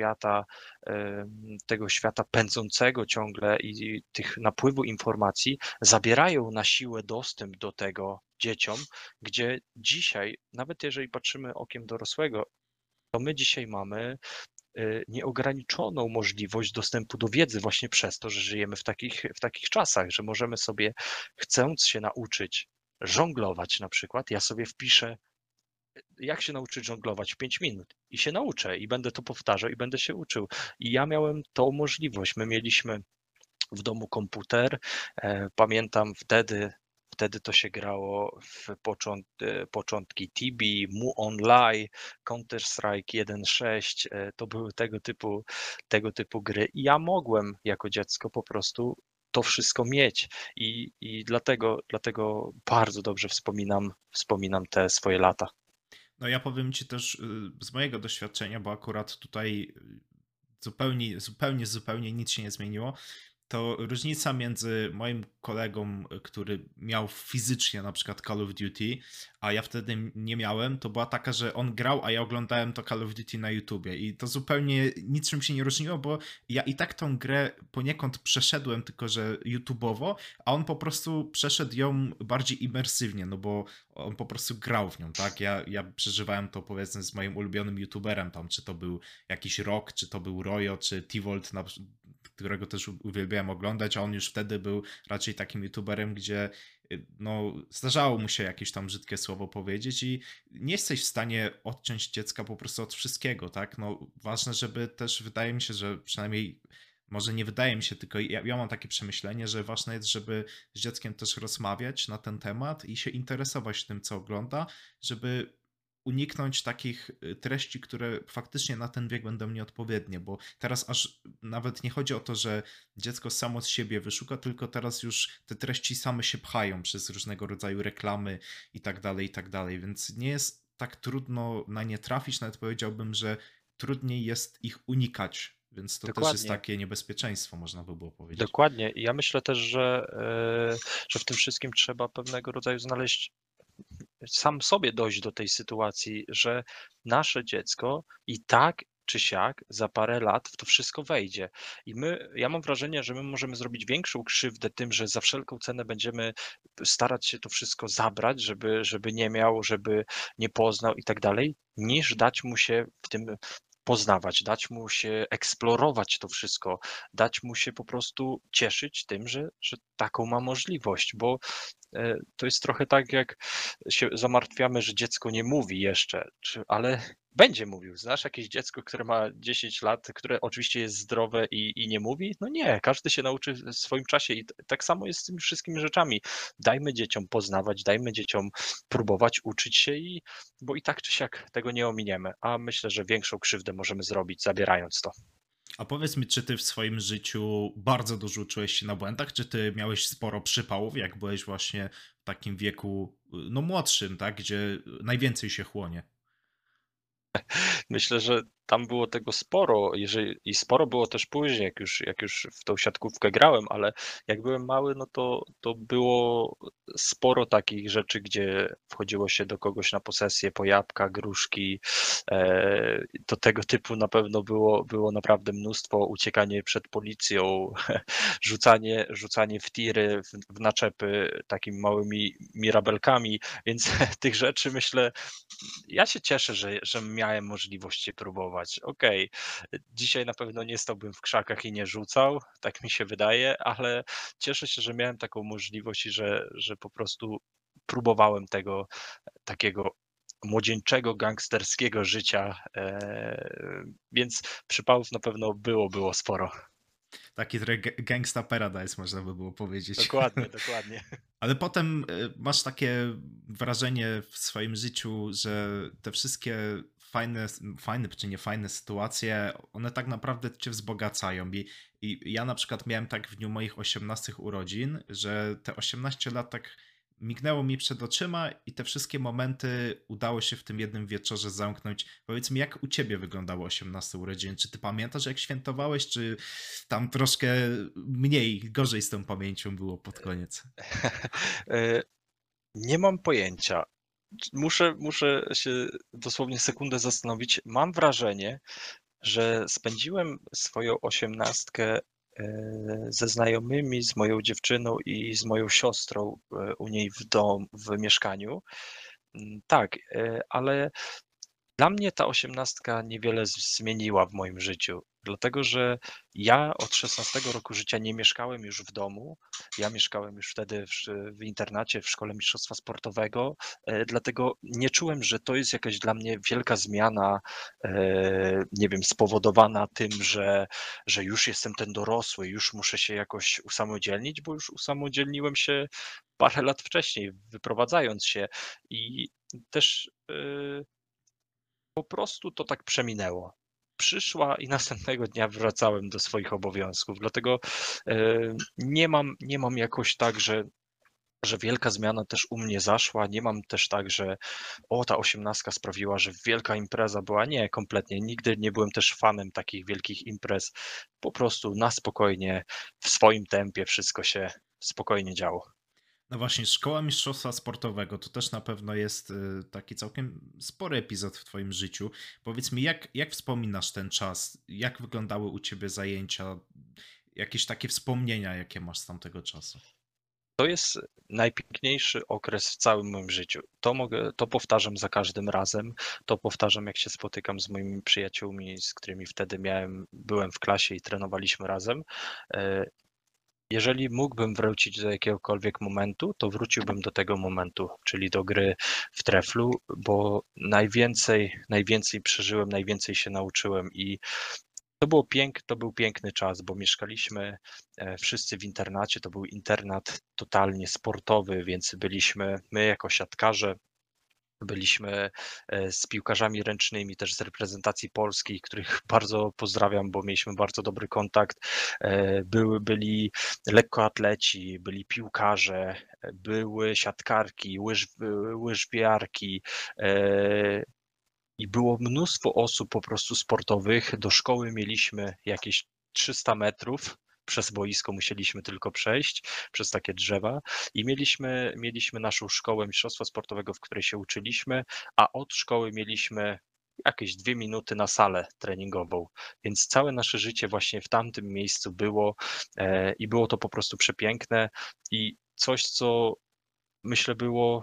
tego świata pędzącego ciągle i tych napływu informacji, zabierają na siłę dostęp do tego dzieciom, gdzie dzisiaj, nawet jeżeli patrzymy okiem dorosłego, to my dzisiaj mamy nieograniczoną możliwość dostępu do wiedzy właśnie przez to, że żyjemy w takich czasach, że możemy sobie, chcąc się nauczyć żonglować na przykład, ja sobie wpiszę, jak się nauczyć żonglować w 5 minut i się nauczę i będę to powtarzał i będę się uczył. I ja miałem tą możliwość. My mieliśmy w domu komputer. Pamiętam wtedy to się grało w początki TB, Mu Online, Counter-Strike 1.6. To były tego typu gry. I ja mogłem jako dziecko po prostu to wszystko mieć. I dlatego bardzo dobrze wspominam te swoje lata. No ja powiem ci też z mojego doświadczenia, bo akurat tutaj zupełnie nic się nie zmieniło. To różnica między moim kolegą, który miał fizycznie na przykład Call of Duty, a ja wtedy nie miałem, to była taka, że on grał, a ja oglądałem to Call of Duty na YouTubie i to zupełnie niczym się nie różniło, bo ja i tak tą grę poniekąd przeszedłem, tylko że YouTubeowo, a on po prostu przeszedł ją bardziej imersywnie, no bo on po prostu grał w nią, tak? Ja przeżywałem to powiedzmy z moim ulubionym YouTuberem tam, czy to był jakiś Rock, czy to był Royo, czy T-Volt, którego też uwielbiałem oglądać, a on już wtedy był raczej takim youtuberem, gdzie no, zdarzało mu się jakieś tam brzydkie słowo powiedzieć i nie jesteś w stanie odciąć dziecka po prostu od wszystkiego, tak? No, ważne, żeby też, wydaje mi się, że przynajmniej, może nie wydaje mi się, tylko ja mam takie przemyślenie, że ważne jest, żeby z dzieckiem też rozmawiać na ten temat i się interesować tym, co ogląda, żeby uniknąć takich treści, które faktycznie na ten wiek będą nieodpowiednie, bo teraz aż nawet nie chodzi o to, że dziecko samo z siebie wyszuka, tylko teraz już te treści same się pchają przez różnego rodzaju reklamy i tak dalej, więc nie jest tak trudno na nie trafić, nawet powiedziałbym, że trudniej jest ich unikać, więc to też jest Dokładnie. takie niebezpieczeństwo, można by było powiedzieć. Dokładnie. I ja myślę też, że w tym wszystkim trzeba pewnego rodzaju znaleźć, sam sobie dojść do tej sytuacji, że nasze dziecko i tak czy siak za parę lat w to wszystko wejdzie. Ja mam wrażenie, że my możemy zrobić większą krzywdę tym, że za wszelką cenę będziemy starać się to wszystko zabrać, żeby nie miał, żeby nie poznał i tak dalej, niż dać mu się w tym poznawać, dać mu się eksplorować to wszystko, dać mu się po prostu cieszyć tym, że taką ma możliwość, bo to jest trochę tak, jak się zamartwiamy, że dziecko nie mówi jeszcze, ale będzie mówił. Znasz jakieś dziecko, które ma 10 lat, które oczywiście jest zdrowe i nie mówi? No nie, każdy się nauczy w swoim czasie i tak samo jest z tymi wszystkimi rzeczami. Dajmy dzieciom poznawać, dajmy dzieciom próbować, uczyć się bo i tak czy siak tego nie ominiemy, a myślę, że większą krzywdę możemy zrobić, zabierając to. A powiedz mi, czy ty w swoim życiu bardzo dużo uczyłeś się na błędach, czy ty miałeś sporo przypałów, jak byłeś właśnie w takim wieku, no młodszym, tak, gdzie najwięcej się chłonie? Myślę, że tam było tego sporo, i sporo było też później, jak już w tą siatkówkę grałem, ale jak byłem mały, no to było sporo takich rzeczy, gdzie wchodziło się do kogoś na posesję po jabłka, gruszki. To tego typu na pewno było naprawdę mnóstwo, uciekanie przed policją, rzucanie w tiry, w naczepy takimi małymi mirabelkami, więc tych rzeczy myślę, ja się cieszę, że miałem możliwość się próbować. Okej, dzisiaj na pewno nie stałbym w krzakach i nie rzucał, tak mi się wydaje, ale cieszę się, że miałem taką możliwość i że po prostu próbowałem tego takiego młodzieńczego, gangsterskiego życia, więc przypałów na pewno było sporo. Taki trochę gangsta paradise, można by było powiedzieć. Dokładnie, dokładnie. Ale potem masz takie wrażenie w swoim życiu, że te wszystkie fajne czy niefajne sytuacje, one tak naprawdę cię wzbogacają. I ja na przykład miałem tak w dniu moich 18 urodzin, że te 18 lat tak mignęło mi przed oczyma i te wszystkie momenty udało się w tym jednym wieczorze zamknąć. Powiedz mi, jak u ciebie wyglądały 18 urodziny? Czy ty pamiętasz, jak świętowałeś, czy tam troszkę mniej, gorzej z tą pamięcią było pod koniec? E, Nie mam pojęcia. Muszę się dosłownie sekundę zastanowić. Mam wrażenie, że spędziłem swoją osiemnastkę, ze znajomymi, z moją dziewczyną i z moją siostrą, u niej w mieszkaniu. Tak, ale dla mnie ta osiemnastka niewiele zmieniła w moim życiu, dlatego że ja od 16 roku życia nie mieszkałem już w domu. Ja mieszkałem już wtedy w internacie, w szkole mistrzostwa sportowego, dlatego nie czułem, że to jest jakaś dla mnie wielka zmiana, nie wiem, spowodowana tym, że już jestem ten dorosły, już muszę się jakoś usamodzielnić, bo już usamodzielniłem się parę lat wcześniej, wyprowadzając się i też, po prostu to tak przeminęło. Przyszła i następnego dnia wracałem do swoich obowiązków, dlatego, nie mam jakoś tak, że wielka zmiana też u mnie zaszła. Nie mam też tak, że ta 18 sprawiła, że wielka impreza była. Nie, kompletnie. Nigdy nie byłem też fanem takich wielkich imprez. Po prostu na spokojnie, w swoim tempie wszystko się spokojnie działo. No właśnie, Szkoła Mistrzostwa Sportowego to też na pewno jest taki całkiem spory epizod w twoim życiu. Powiedz mi, jak wspominasz ten czas? Jak wyglądały u ciebie zajęcia? Jakieś takie wspomnienia, jakie masz z tamtego czasu? To jest najpiękniejszy okres w całym moim życiu. To powtarzam za każdym razem. To powtarzam, jak się spotykam z moimi przyjaciółmi, z którymi wtedy byłem w klasie i trenowaliśmy razem. E, Jeżeli mógłbym wrócić do jakiegokolwiek momentu, to wróciłbym do tego momentu, czyli do gry w treflu, bo najwięcej przeżyłem, najwięcej się nauczyłem i to był piękny czas, bo mieszkaliśmy, wszyscy w internacie. To był internat totalnie sportowy, więc my jako siatkarze byliśmy, z piłkarzami ręcznymi, też z reprezentacji Polski, których bardzo pozdrawiam, bo mieliśmy bardzo dobry kontakt. Byli lekkoatleci, byli piłkarze, były siatkarki, łyżwiarki, e, i było mnóstwo osób po prostu sportowych. Do szkoły mieliśmy jakieś 300 metrów. Przez boisko musieliśmy tylko przejść, przez takie drzewa i mieliśmy naszą szkołę mistrzostwa sportowego, w której się uczyliśmy, a od szkoły mieliśmy jakieś 2 minuty na salę treningową. Więc całe nasze życie właśnie w tamtym miejscu było, i było to po prostu przepiękne i coś, co myślę było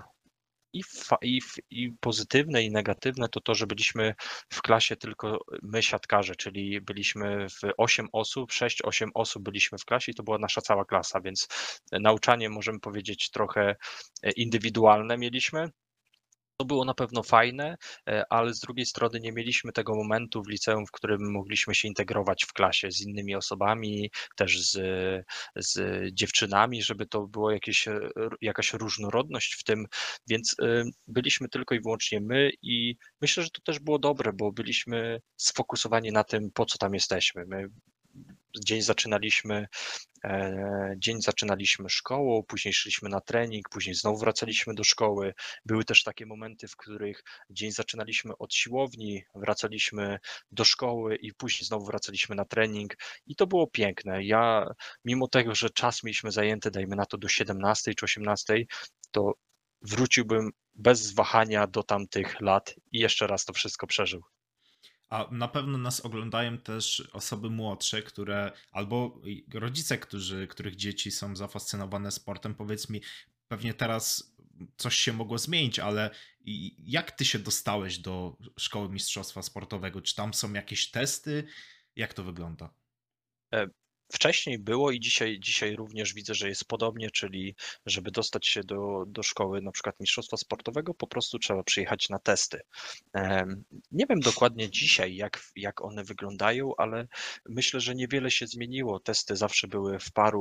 i pozytywne, i negatywne to, że byliśmy w klasie tylko my siatkarze, czyli byliśmy w 8 osób, 6-8 osób byliśmy w klasie i to była nasza cała klasa, więc nauczanie możemy powiedzieć trochę indywidualne mieliśmy, To było na pewno fajne, ale z drugiej strony nie mieliśmy tego momentu w liceum, w którym mogliśmy się integrować w klasie z innymi osobami, też z dziewczynami, żeby to było jakaś różnorodność w tym, więc byliśmy tylko i wyłącznie my i myślę, że to też było dobre, bo byliśmy sfokusowani na tym, po co tam jesteśmy. My dzień zaczynaliśmy Dzień zaczynaliśmy szkołą, później szliśmy na trening, później znowu wracaliśmy do szkoły. Były też takie momenty, w których dzień zaczynaliśmy od siłowni, wracaliśmy do szkoły i później znowu wracaliśmy na trening i to było piękne. Ja, mimo tego, że czas mieliśmy zajęty, dajmy na to do 17 czy 18, to wróciłbym bez wahania do tamtych lat i jeszcze raz to wszystko przeżył. A na pewno nas oglądają też osoby młodsze, które albo rodzice, których dzieci są zafascynowane sportem. Powiedz mi, pewnie teraz coś się mogło zmienić, ale jak ty się dostałeś do szkoły mistrzostwa sportowego? Czy tam są jakieś testy? Jak to wygląda? E, Wcześniej było i dzisiaj również widzę, że jest podobnie, czyli żeby dostać się do szkoły na przykład mistrzostwa sportowego, po prostu trzeba przyjechać na testy. Nie wiem dokładnie dzisiaj, jak one wyglądają, ale myślę, że niewiele się zmieniło. Testy zawsze były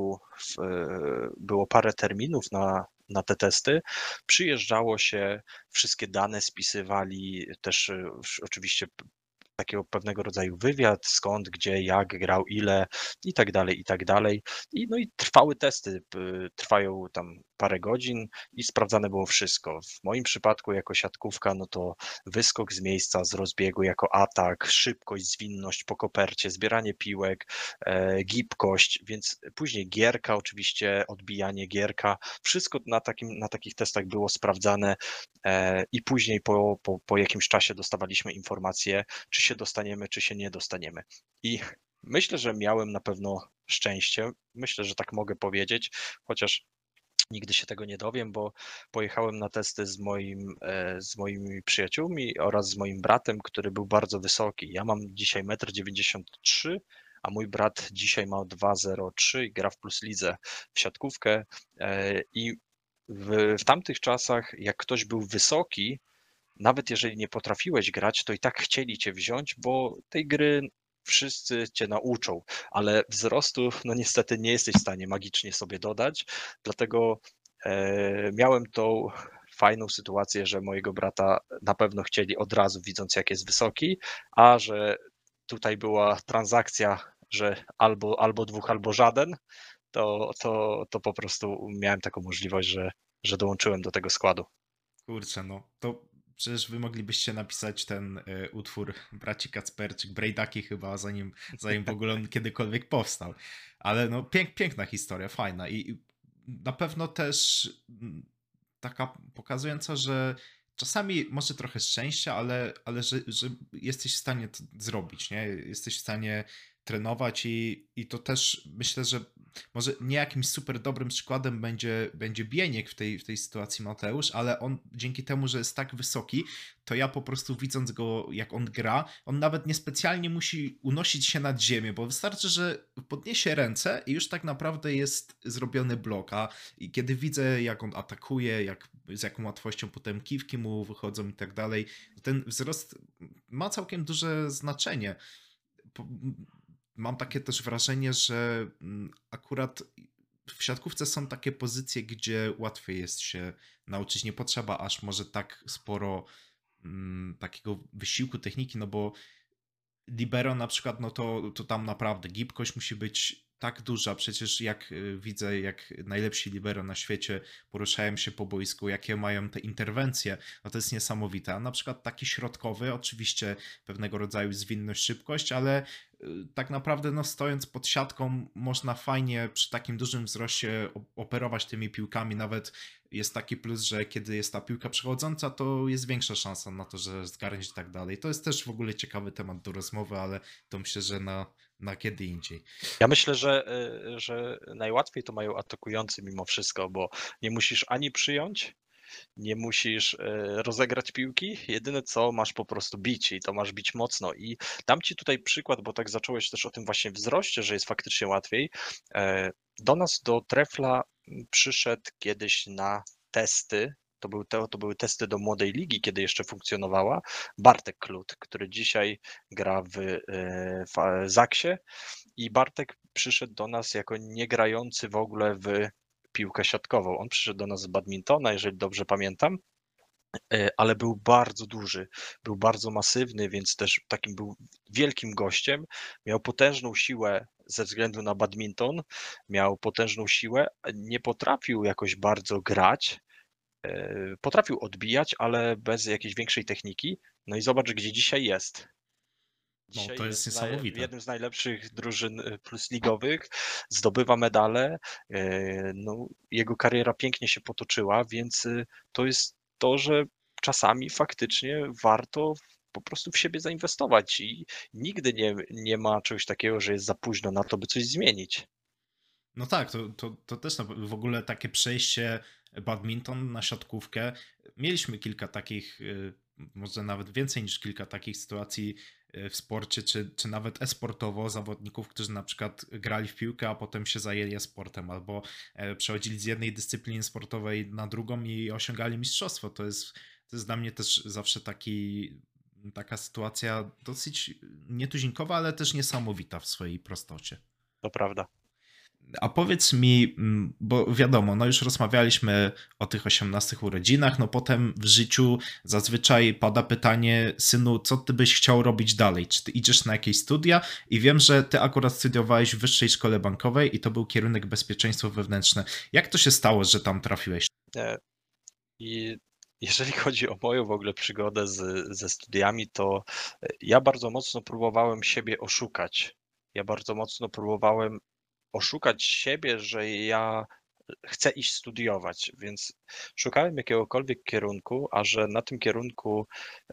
było parę terminów na te testy. Przyjeżdżało się, wszystkie dane spisywali, też oczywiście takiego pewnego rodzaju wywiad, skąd, gdzie, jak grał, ile i tak dalej, i tak dalej. No i trwały testy, trwają tam parę godzin i sprawdzane było wszystko. W moim przypadku jako siatkówka, no to wyskok z miejsca, z rozbiegu jako atak, szybkość, zwinność po kopercie, zbieranie piłek, gibkość, więc później gierka oczywiście, odbijanie gierka, wszystko na takich testach było sprawdzane i później po jakimś czasie dostawaliśmy informacje, czy się dostaniemy, czy się nie dostaniemy. I myślę, że miałem na pewno szczęście. Myślę, że tak mogę powiedzieć, chociaż nigdy się tego nie dowiem, bo pojechałem na testy z moimi przyjaciółmi oraz z moim bratem, który był bardzo wysoki. Ja mam dzisiaj 1,93 m, a mój brat dzisiaj ma 2,03 m i gra w Plus Lidze w siatkówkę. I w tamtych czasach, jak ktoś był wysoki, nawet jeżeli nie potrafiłeś grać, to i tak chcieli cię wziąć, bo tej gry wszyscy cię nauczą, ale wzrostu, no niestety nie jesteś w stanie magicznie sobie dodać, dlatego miałem tą fajną sytuację, że mojego brata na pewno chcieli od razu, widząc jak jest wysoki, a że tutaj była transakcja, że albo dwóch, albo żaden, to po prostu miałem taką możliwość, że dołączyłem do tego składu. Kurczę, no to przecież wy moglibyście napisać ten utwór braci Kacperczyk, Brejdaki chyba, zanim w ogóle on kiedykolwiek powstał. Ale no piękna historia, fajna i na pewno też taka pokazująca, że czasami może trochę szczęścia, ale że jesteś w stanie to zrobić, nie? Jesteś w stanie trenować i to też myślę, że może nie jakimś super dobrym przykładem będzie Bieniek w tej sytuacji Mateusz, ale on dzięki temu, że jest tak wysoki, to ja po prostu widząc go, jak on gra, on nawet niespecjalnie musi unosić się nad ziemię, bo wystarczy, że podniesie ręce i już tak naprawdę jest zrobiony blok, i kiedy widzę, jak on atakuje, z jaką łatwością potem kiwki mu wychodzą i tak dalej, ten wzrost ma całkiem duże znaczenie. Mam takie też wrażenie, że akurat w siatkówce są takie pozycje, gdzie łatwiej jest się nauczyć. Nie potrzeba aż może tak sporo takiego wysiłku techniki, no bo libero na przykład, no to tam naprawdę gibkość musi być tak duża. Przecież jak widzę, jak najlepsi libero na świecie poruszają się po boisku, jakie mają te interwencje, no to jest niesamowite. A na przykład taki środkowy, oczywiście pewnego rodzaju zwinność, szybkość, ale tak naprawdę no, stojąc pod siatką można fajnie przy takim dużym wzroście operować tymi piłkami. Nawet jest taki plus, że kiedy jest ta piłka przechodząca, to jest większa szansa na to, że zgarniesz i tak dalej. To jest też w ogóle ciekawy temat do rozmowy, ale to myślę, że na kiedy indziej. Ja myślę, że najłatwiej to mają atakujący mimo wszystko, bo nie musisz ani przyjąć, nie musisz rozegrać piłki, jedyne co masz po prostu bić i to masz bić mocno. I dam ci tutaj przykład, bo tak zacząłeś też o tym właśnie wzroście, że jest faktycznie łatwiej. Do nas do Trefla przyszedł kiedyś na testy to były testy do młodej ligi, kiedy jeszcze funkcjonowała. Bartek Klut, który dzisiaj gra w Zaksie, i Bartek przyszedł do nas jako niegrający w ogóle w piłkę siatkową. On przyszedł do nas z badmintona, jeżeli dobrze pamiętam, ale był bardzo duży, był bardzo masywny, więc też takim był wielkim gościem. Miał potężną siłę ze względu na badminton, miał potężną siłę, nie potrafił jakoś bardzo grać, potrafił odbijać, ale bez jakiejś większej techniki. No i zobacz, gdzie dzisiaj jest. No, Dzisiaj to jest jest w niesamowite. jednym z najlepszych drużyn plusligowych, zdobywa medale. No, jego kariera pięknie się potoczyła, więc to jest to, że czasami faktycznie warto po prostu w siebie zainwestować i nigdy nie ma czegoś takiego, że jest za późno na to, by coś zmienić. No tak, to też w ogóle takie przejście badminton na siatkówkę. Mieliśmy kilka takich, może nawet więcej niż kilka takich sytuacji w sporcie, czy nawet e-sportowo zawodników, którzy na przykład grali w piłkę, a potem się zajęli e-sportem, albo przechodzili z jednej dyscypliny sportowej na drugą i osiągali mistrzostwo. To jest dla mnie też zawsze taka sytuacja dosyć nietuzinkowa, ale też niesamowita w swojej prostocie. To prawda. A powiedz mi, bo wiadomo, no już rozmawialiśmy o tych 18 urodzinach, no potem w życiu zazwyczaj pada pytanie, synu, co ty byś chciał robić dalej? Czy ty idziesz na jakieś studia? I wiem, że ty akurat studiowałeś w Wyższej Szkole Bankowej i to był kierunek bezpieczeństwo wewnętrzne. Jak to się stało, że tam trafiłeś? E, I jeżeli chodzi o moją w ogóle przygodę ze studiami, to ja bardzo mocno próbowałem siebie oszukać. Ja bardzo mocno próbowałem oszukać siebie, że ja chcę iść studiować, więc szukałem jakiegokolwiek kierunku, a że na tym kierunku,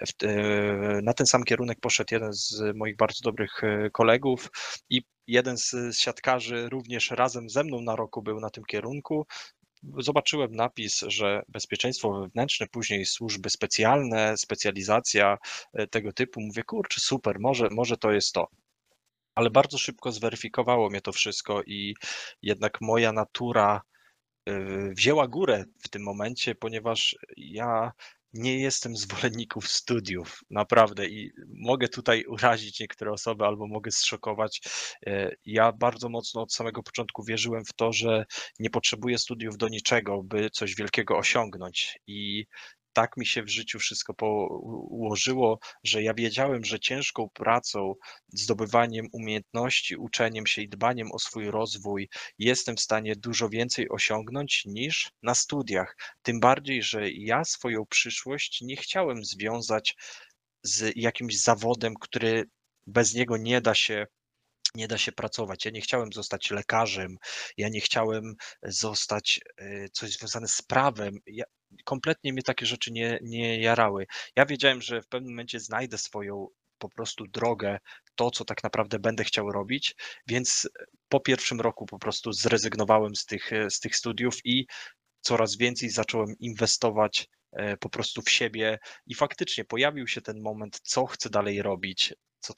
na ten sam kierunek poszedł jeden z moich bardzo dobrych kolegów i jeden z siatkarzy również razem ze mną na roku był na tym kierunku. Zobaczyłem napis, że bezpieczeństwo wewnętrzne, później służby specjalne, specjalizacja tego typu. Mówię, kurczę, super, może to jest to. Ale bardzo szybko zweryfikowało mnie to wszystko i jednak moja natura wzięła górę w tym momencie, ponieważ ja nie jestem zwolenników studiów, naprawdę, i mogę tutaj urazić niektóre osoby albo mogę zszokować. Ja bardzo mocno od samego początku wierzyłem w to, że nie potrzebuję studiów do niczego, by coś wielkiego osiągnąć, i tak mi się w życiu wszystko ułożyło, że ja wiedziałem, że ciężką pracą, zdobywaniem umiejętności, uczeniem się i dbaniem o swój rozwój jestem w stanie dużo więcej osiągnąć niż na studiach. Tym bardziej, że ja swoją przyszłość nie chciałem związać z jakimś zawodem, który bez niego nie da się pracować. Ja nie chciałem zostać lekarzem, ja nie chciałem zostać coś związane z prawem. Kompletnie mnie takie rzeczy nie jarały. Ja wiedziałem, że w pewnym momencie znajdę swoją po prostu drogę, to, co tak naprawdę będę chciał robić, więc po pierwszym roku po prostu zrezygnowałem z tych studiów i coraz więcej zacząłem inwestować po prostu w siebie i faktycznie pojawił się ten moment, co chcę dalej robić,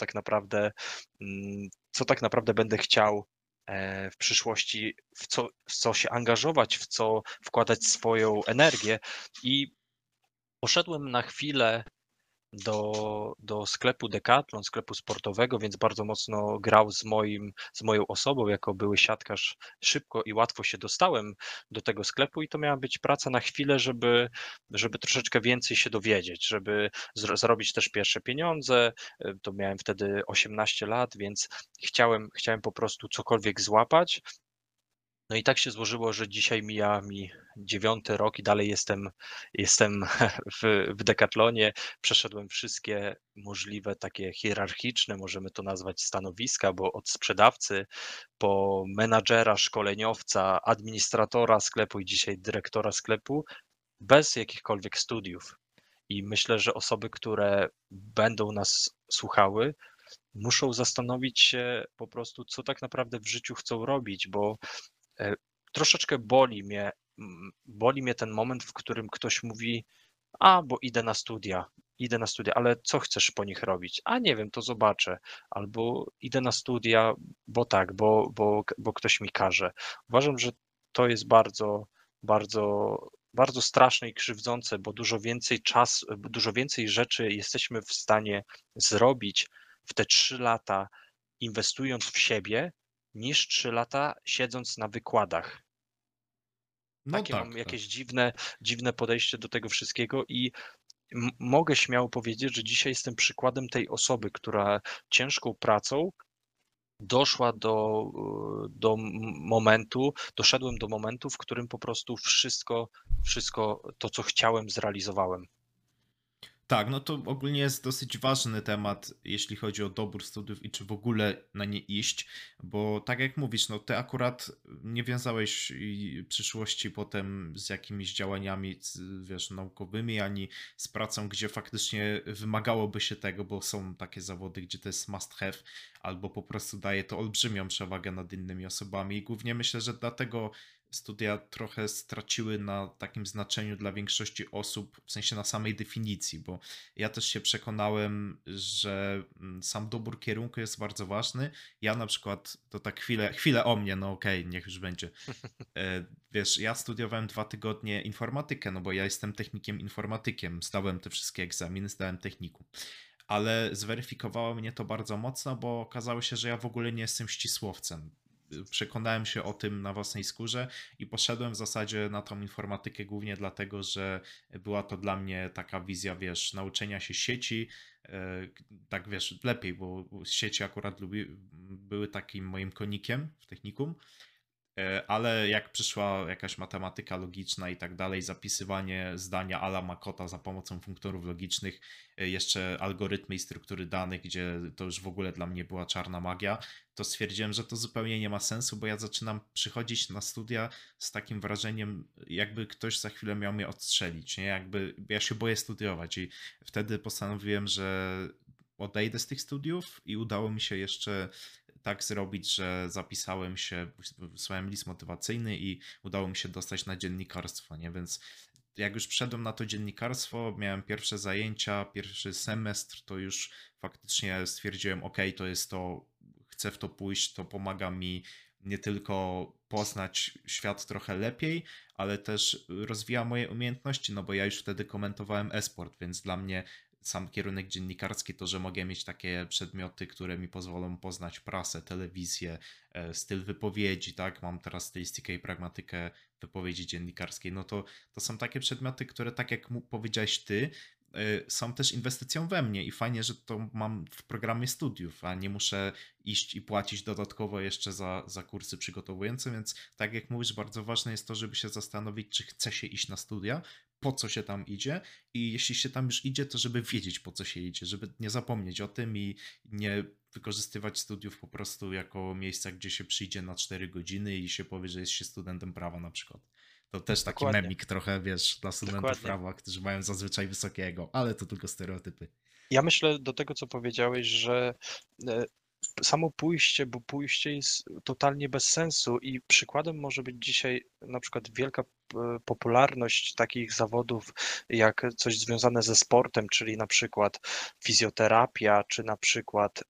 co tak naprawdę będę chciał w przyszłości, w co się angażować, w co wkładać swoją energię. I poszedłem na chwilę do sklepu Decathlon, sklepu sportowego, więc bardzo mocno grał z moją osobą. Jako były siatkarz, szybko i łatwo się dostałem do tego sklepu i to miała być praca na chwilę, żeby troszeczkę więcej się dowiedzieć, żeby zarobić też pierwsze pieniądze. To miałem wtedy 18 lat, więc chciałem po prostu cokolwiek złapać. No i tak się złożyło, że dzisiaj mija mi 9. rok i dalej jestem w Decathlonie. Przeszedłem wszystkie możliwe takie hierarchiczne, możemy to nazwać, stanowiska, bo od sprzedawcy po menadżera, szkoleniowca, administratora sklepu i dzisiaj dyrektora sklepu bez jakichkolwiek studiów. I myślę, że osoby, które będą nas słuchały, muszą zastanowić się po prostu, co tak naprawdę w życiu chcą robić, bo troszeczkę boli mnie ten moment, w którym ktoś mówi: bo idę na studia, ale co chcesz po nich robić? A nie wiem, to zobaczę. Albo idę na studia, bo tak, bo ktoś mi każe. Uważam, że to jest bardzo, bardzo bardzo straszne i krzywdzące, bo dużo więcej rzeczy jesteśmy w stanie zrobić w te 3 lata, inwestując w siebie, niż 3 lata siedząc na wykładach. No Takie mam tak, tak. jakieś dziwne podejście do tego wszystkiego i mogę śmiało powiedzieć, że dzisiaj jestem przykładem tej osoby, która ciężką pracą doszła doszedłem do momentu, w którym po prostu wszystko to, co chciałem, zrealizowałem. Tak, no to ogólnie jest dosyć ważny temat, jeśli chodzi o dobór studiów i czy w ogóle na nie iść, bo tak jak mówisz, no ty akurat nie wiązałeś przyszłości potem z jakimiś działaniami, wiesz, naukowymi, ani z pracą, gdzie faktycznie wymagałoby się tego, bo są takie zawody, gdzie to jest must have, albo po prostu daje to olbrzymią przewagę nad innymi osobami i głównie myślę, że dlatego studia trochę straciły na takim znaczeniu dla większości osób, w sensie na samej definicji, bo ja też się przekonałem, że sam dobór kierunku jest bardzo ważny. Ja na przykład, to tak chwilę o mnie, no okej, niech już będzie. Wiesz, ja studiowałem 2 tygodnie informatykę, no bo ja jestem technikiem informatykiem, zdałem te wszystkie egzaminy, zdałem technikum. Ale zweryfikowało mnie to bardzo mocno, bo okazało się, że ja w ogóle nie jestem ścisłowcem. Przekonałem się o tym na własnej skórze i poszedłem w zasadzie na tą informatykę głównie dlatego, że była to dla mnie taka wizja, wiesz, nauczenia się sieci, tak wiesz, lepiej, bo sieci akurat były takim moim konikiem w technikum. Ale jak przyszła jakaś matematyka logiczna i tak dalej, zapisywanie zdania a la Makota za pomocą funktorów logicznych, jeszcze algorytmy i struktury danych, gdzie to już w ogóle dla mnie była czarna magia, to stwierdziłem, że to zupełnie nie ma sensu, bo ja zaczynam przychodzić na studia z takim wrażeniem, jakby ktoś za chwilę miał mnie odstrzelić, nie? Jakby ja się boję studiować i wtedy postanowiłem, że odejdę z tych studiów i udało mi się jeszcze tak zrobić, że zapisałem się, wysłałem list motywacyjny i udało mi się dostać na dziennikarstwo, nie? Więc jak już wszedłem na to dziennikarstwo, miałem pierwsze zajęcia, pierwszy semestr, to już faktycznie stwierdziłem, ok, to jest to, chcę w to pójść, to pomaga mi nie tylko poznać świat trochę lepiej, ale też rozwija moje umiejętności, no bo ja już wtedy komentowałem e-sport, więc dla mnie sam kierunek dziennikarski, to, że mogę mieć takie przedmioty, które mi pozwolą poznać prasę, telewizję, styl wypowiedzi, tak? Mam teraz stylistykę i pragmatykę wypowiedzi dziennikarskiej, no to są takie przedmioty, które tak jak powiedziałeś ty, są też inwestycją we mnie i fajnie, że to mam w programie studiów, a nie muszę iść i płacić dodatkowo jeszcze za kursy przygotowujące, więc tak jak mówisz, bardzo ważne jest to, żeby się zastanowić, czy chce się iść na studia, po co się tam idzie i jeśli się tam już idzie, to żeby wiedzieć, po co się idzie, żeby nie zapomnieć o tym i nie wykorzystywać studiów po prostu jako miejsca, gdzie się przyjdzie na 4 godziny i się powie, że jest się studentem prawa na przykład. To też taki Dokładnie, memik trochę, wiesz, dla studentów dokładnie. prawa, którzy mają zazwyczaj wysokiego, ale to tylko stereotypy. Ja myślę do tego, co powiedziałeś, że e, samo pójście, bo pójście jest totalnie bez sensu i przykładem może być dzisiaj na przykład wielka popularność takich zawodów jak coś związane ze sportem, czyli na przykład fizjoterapia, czy na przykład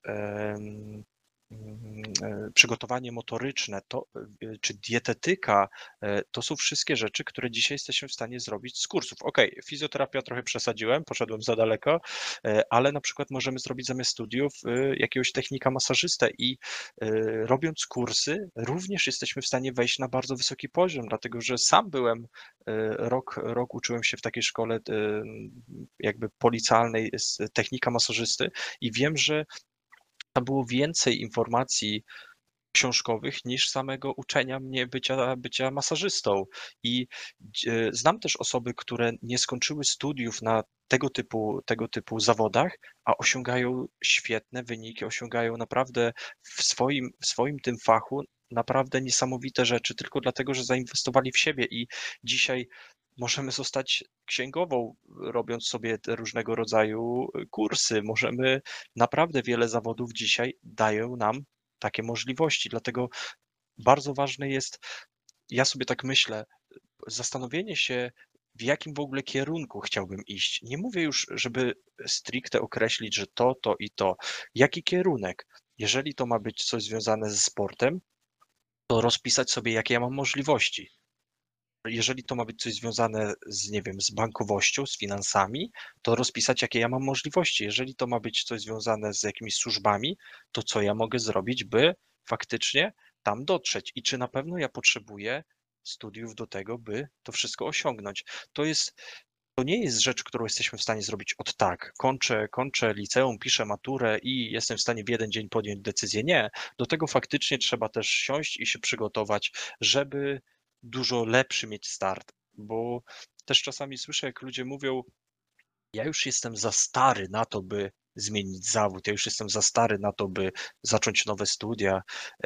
przygotowanie motoryczne, czy dietetyka, to są wszystkie rzeczy, które dzisiaj jesteśmy w stanie zrobić z kursów. Okej, fizjoterapia trochę przesadziłem, poszedłem za daleko, ale na przykład możemy zrobić zamiast studiów jakiegoś technika masażystę i robiąc kursy również jesteśmy w stanie wejść na bardzo wysoki poziom, dlatego że sam byłem rok uczyłem się w takiej szkole jakby policjalnej z technika masażysty i wiem, że tam było więcej informacji książkowych niż samego uczenia mnie bycia masażystą. I znam też osoby, które nie skończyły studiów na tego typu zawodach, a osiągają świetne wyniki, osiągają naprawdę w swoim tym fachu naprawdę niesamowite rzeczy, tylko dlatego, że zainwestowali w siebie i dzisiaj możemy zostać księgową, robiąc sobie te różnego rodzaju kursy. Naprawdę wiele zawodów dzisiaj dają nam takie możliwości. Dlatego bardzo ważne jest, ja sobie tak myślę, zastanowienie się, w jakim w ogóle kierunku chciałbym iść. Nie mówię już, żeby stricte określić, że to i to. Jaki kierunek? Jeżeli to ma być coś związane ze sportem, to rozpisać sobie, jakie ja mam możliwości. jeżeli to ma być coś związane z, nie wiem, z bankowością, z finansami, to rozpisać, jakie ja mam możliwości. Jeżeli to ma być coś związane z jakimiś służbami, to co ja mogę zrobić, by faktycznie tam dotrzeć i czy na pewno ja potrzebuję studiów do tego, by to wszystko osiągnąć. To jest, to nie jest rzecz, którą jesteśmy w stanie zrobić od tak. Kończę liceum, piszę maturę i jestem w stanie w jeden dzień podjąć decyzję. Nie. Do tego faktycznie trzeba też siąść i się przygotować, żeby dużo lepszy mieć start. Bo też czasami słyszę, jak ludzie mówią, ja już jestem za stary na to, by zmienić zawód, ja już jestem za stary na to, by zacząć nowe studia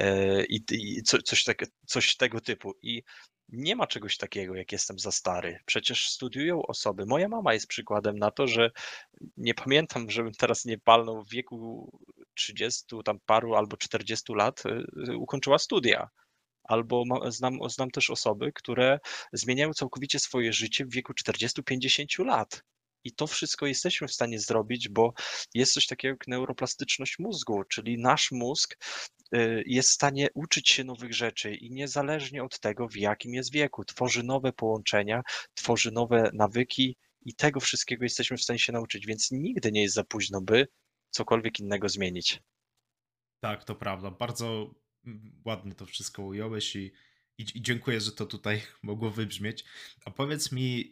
coś tego typu. I nie ma czegoś takiego, jak jestem za stary. Przecież studiują osoby. Moja mama jest przykładem na to, że nie pamiętam, żebym teraz nie palnął w wieku 30 tam paru albo 40 lat, ukończyła studia. Albo znam też osoby, które zmieniają całkowicie swoje życie w wieku 40-50 lat. I to wszystko jesteśmy w stanie zrobić, bo jest coś takiego jak neuroplastyczność mózgu, czyli nasz mózg jest w stanie uczyć się nowych rzeczy i niezależnie od tego, w jakim jest wieku, tworzy nowe połączenia, tworzy nowe nawyki i tego wszystkiego jesteśmy w stanie się nauczyć, więc nigdy nie jest za późno, by cokolwiek innego zmienić. Tak, to prawda. Bardzo ładnie to wszystko ująłeś i dziękuję, że to tutaj mogło wybrzmieć. A powiedz mi,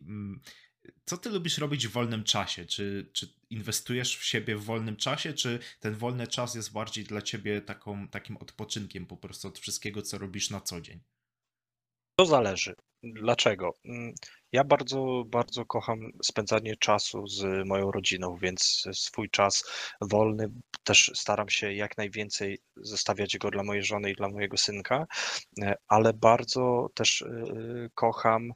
co ty lubisz robić w wolnym czasie? Czy inwestujesz w siebie w wolnym czasie, czy ten wolny czas jest bardziej dla ciebie takim odpoczynkiem po prostu od wszystkiego, co robisz na co dzień? To zależy. Dlaczego? Ja bardzo, bardzo kocham spędzanie czasu z moją rodziną, więc swój czas wolny też staram się jak najwięcej zostawiać go dla mojej żony i dla mojego synka, ale bardzo też kocham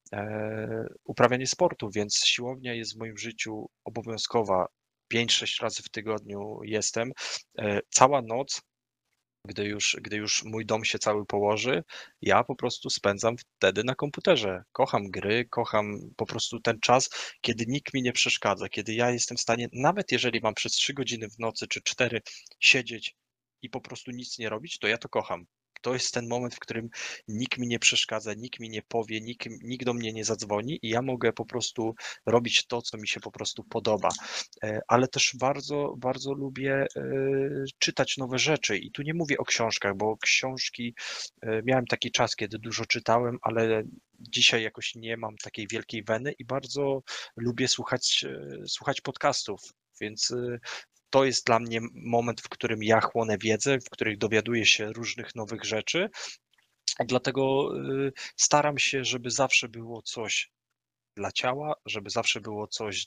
uprawianie sportu, więc siłownia jest w moim życiu obowiązkowa. 5-6 razy w tygodniu jestem. Cała noc gdy już mój dom się cały położy, ja po prostu spędzam wtedy na komputerze. Kocham gry, kocham po prostu ten czas, kiedy nikt mi nie przeszkadza, kiedy ja jestem w stanie, nawet jeżeli mam przez 3 godziny w nocy czy 4 siedzieć i po prostu nic nie robić, to ja to kocham. To jest ten moment, w którym nikt mi nie przeszkadza, nikt mi nie powie, nikt do mnie nie zadzwoni i ja mogę po prostu robić to, co mi się po prostu podoba. Ale też bardzo, bardzo lubię czytać nowe rzeczy. I tu nie mówię o książkach, bo książki miałem taki czas, kiedy dużo czytałem, ale dzisiaj jakoś nie mam takiej wielkiej weny i bardzo lubię słuchać podcastów. Więc to jest dla mnie moment, w którym ja chłonę wiedzę, w którym dowiaduję się różnych nowych rzeczy. Dlatego staram się, żeby zawsze było coś dla ciała, żeby zawsze było coś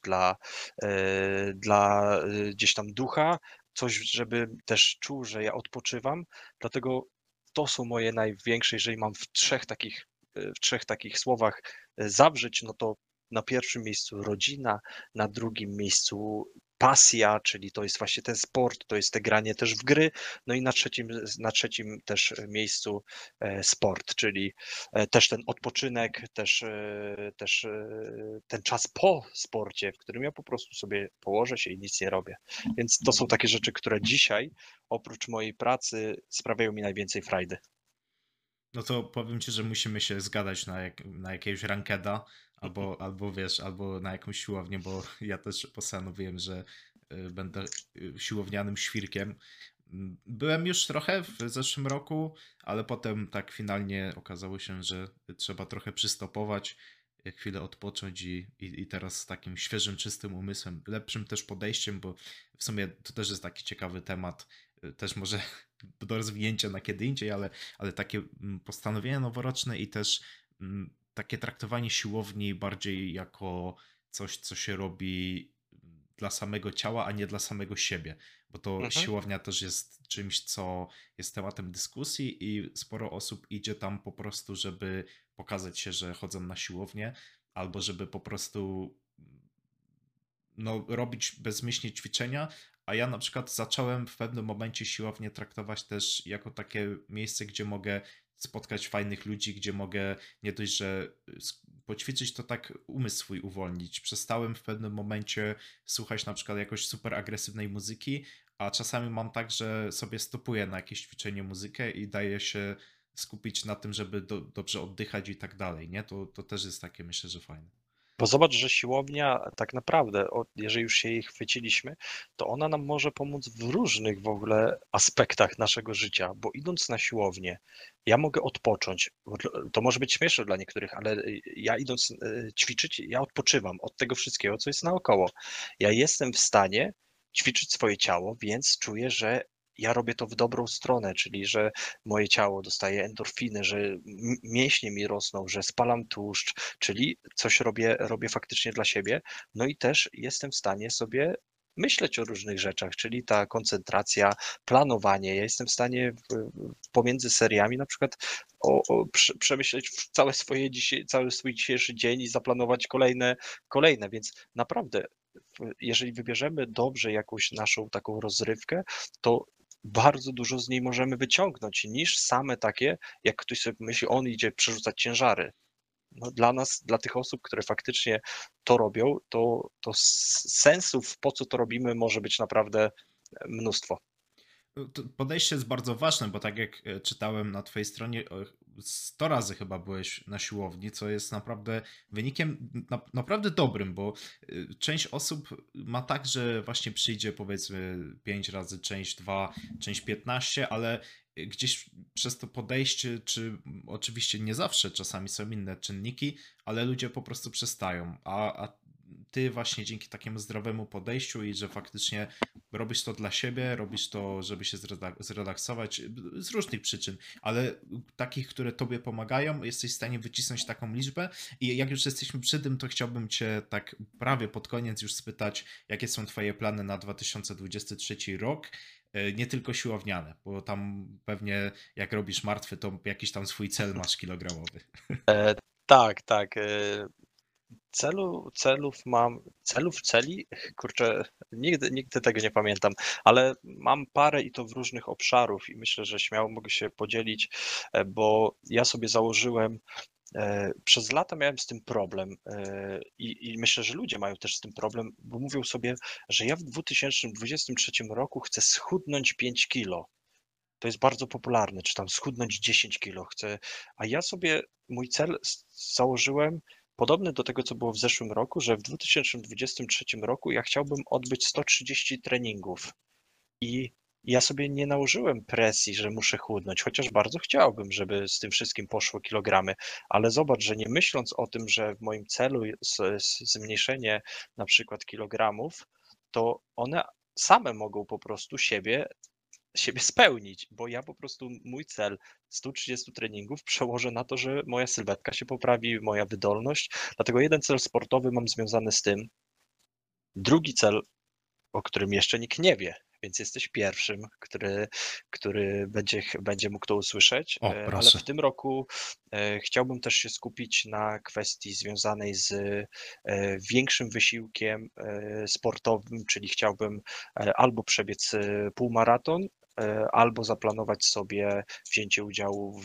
dla gdzieś tam ducha, coś, żeby też czuł, że ja odpoczywam. Dlatego to są moje największe, jeżeli mam w trzech takich słowach zawrzeć, no to na pierwszym miejscu rodzina, na drugim miejscu pasja, czyli to jest właśnie ten sport, to jest te granie też w gry, no i na trzecim też miejscu sport, czyli też ten odpoczynek, też ten czas po sporcie, w którym ja po prostu sobie położę się i nic nie robię. Więc to są takie rzeczy, które dzisiaj oprócz mojej pracy sprawiają mi najwięcej frajdy. No to powiem ci, że musimy się zgadać na jakiegoś rankeda, albo wiesz, albo na jakąś siłownię, bo ja też postanowiłem, że będę siłownianym świrkiem. Byłem już trochę w zeszłym roku, ale potem tak finalnie okazało się, że trzeba trochę przystopować, chwilę odpocząć i teraz z takim świeżym, czystym umysłem, lepszym też podejściem, bo w sumie to też jest taki ciekawy temat, też może do rozwinięcia na kiedy indziej, ale takie postanowienia noworoczne i też takie traktowanie siłowni bardziej jako coś, co się robi dla samego ciała, a nie dla samego siebie, bo to Mhm. siłownia też jest czymś, co jest tematem dyskusji i sporo osób idzie tam po prostu, żeby pokazać się, że chodzą na siłownię, albo żeby po prostu no, robić bezmyślnie ćwiczenia, a ja na przykład zacząłem w pewnym momencie siłownię traktować też jako takie miejsce, gdzie mogę spotkać fajnych ludzi, gdzie mogę nie dość, że poćwiczyć, to tak umysł swój uwolnić. Przestałem w pewnym momencie słuchać na przykład jakoś super agresywnej muzyki, a czasami mam tak, że sobie stopuję na jakieś ćwiczenie muzykę i daję się skupić na tym, żeby dobrze oddychać i tak dalej, nie? To też jest takie, myślę, że fajne. Bo zobacz, że siłownia tak naprawdę, jeżeli już się jej chwyciliśmy, to ona nam może pomóc w różnych w ogóle aspektach naszego życia, bo idąc na siłownię, ja mogę odpocząć. To może być śmieszne dla niektórych, ale ja idąc ćwiczyć, ja odpoczywam od tego wszystkiego, co jest naokoło. Ja jestem w stanie ćwiczyć swoje ciało, więc czuję, że ja robię to w dobrą stronę, czyli że moje ciało dostaje endorfiny, że mięśnie mi rosną, że spalam tłuszcz, czyli coś robię faktycznie dla siebie. No i też jestem w stanie sobie myśleć o różnych rzeczach, czyli ta koncentracja, planowanie. Ja jestem w stanie pomiędzy seriami na przykład przemyśleć cały swój dzisiejszy dzień i zaplanować kolejne, więc naprawdę jeżeli wybierzemy dobrze jakąś naszą taką rozrywkę, to bardzo dużo z niej możemy wyciągnąć niż same takie, jak ktoś sobie myśli, on idzie przerzucać ciężary. No dla nas, dla tych osób, które faktycznie to robią, to sensów, po co to robimy, może być naprawdę mnóstwo. To podejście jest bardzo ważne, bo tak jak czytałem na twojej stronie, 100 razy chyba byłeś na siłowni, co jest naprawdę wynikiem naprawdę dobrym, bo część osób ma tak, że właśnie przyjdzie powiedzmy 5 razy, część 2, część 15, ale gdzieś przez to podejście, czy oczywiście nie zawsze, czasami są inne czynniki, ale ludzie po prostu przestają, a ty właśnie dzięki takiemu zdrowemu podejściu i że faktycznie robisz to dla siebie, robisz to, żeby się zrelaksować z różnych przyczyn, ale takich, które tobie pomagają, jesteś w stanie wycisnąć taką liczbę. I jak już jesteśmy przy tym, to chciałbym cię tak prawie pod koniec już spytać, jakie są twoje plany na 2023 rok? Nie tylko siłowniane, bo tam pewnie jak robisz martwy, to jakiś tam swój cel masz kilogramowy. Tak, tak. Celi? Kurczę, nigdy tego nie pamiętam, ale mam parę i to w różnych obszarów i myślę, że śmiało mogę się podzielić, bo ja sobie założyłem, przez lata miałem z tym problem i myślę, że ludzie mają też z tym problem, bo mówią sobie, że ja w 2023 roku chcę schudnąć 5 kilo. To jest bardzo popularne, czy tam schudnąć 10 kilo chcę, a ja sobie mój cel założyłem podobny do tego, co było w zeszłym roku, że w 2023 roku ja chciałbym odbyć 130 treningów i ja sobie nie nałożyłem presji, że muszę chudnąć, chociaż bardzo chciałbym, żeby z tym wszystkim poszło kilogramy, ale zobacz, że nie myśląc o tym, że w moim celu jest zmniejszenie na przykład kilogramów, to one same mogą po prostu siebie spełnić, bo ja po prostu mój cel 130 treningów przełożę na to, że moja sylwetka się poprawi, moja wydolność. Dlatego jeden cel sportowy mam związany z tym. Drugi cel, o którym jeszcze nikt nie wie, więc jesteś pierwszym, który będzie mógł to usłyszeć, O, ale proszę. w tym roku chciałbym też się skupić na kwestii związanej z większym wysiłkiem sportowym, czyli chciałbym albo przebiec półmaraton, albo zaplanować sobie wzięcie udziału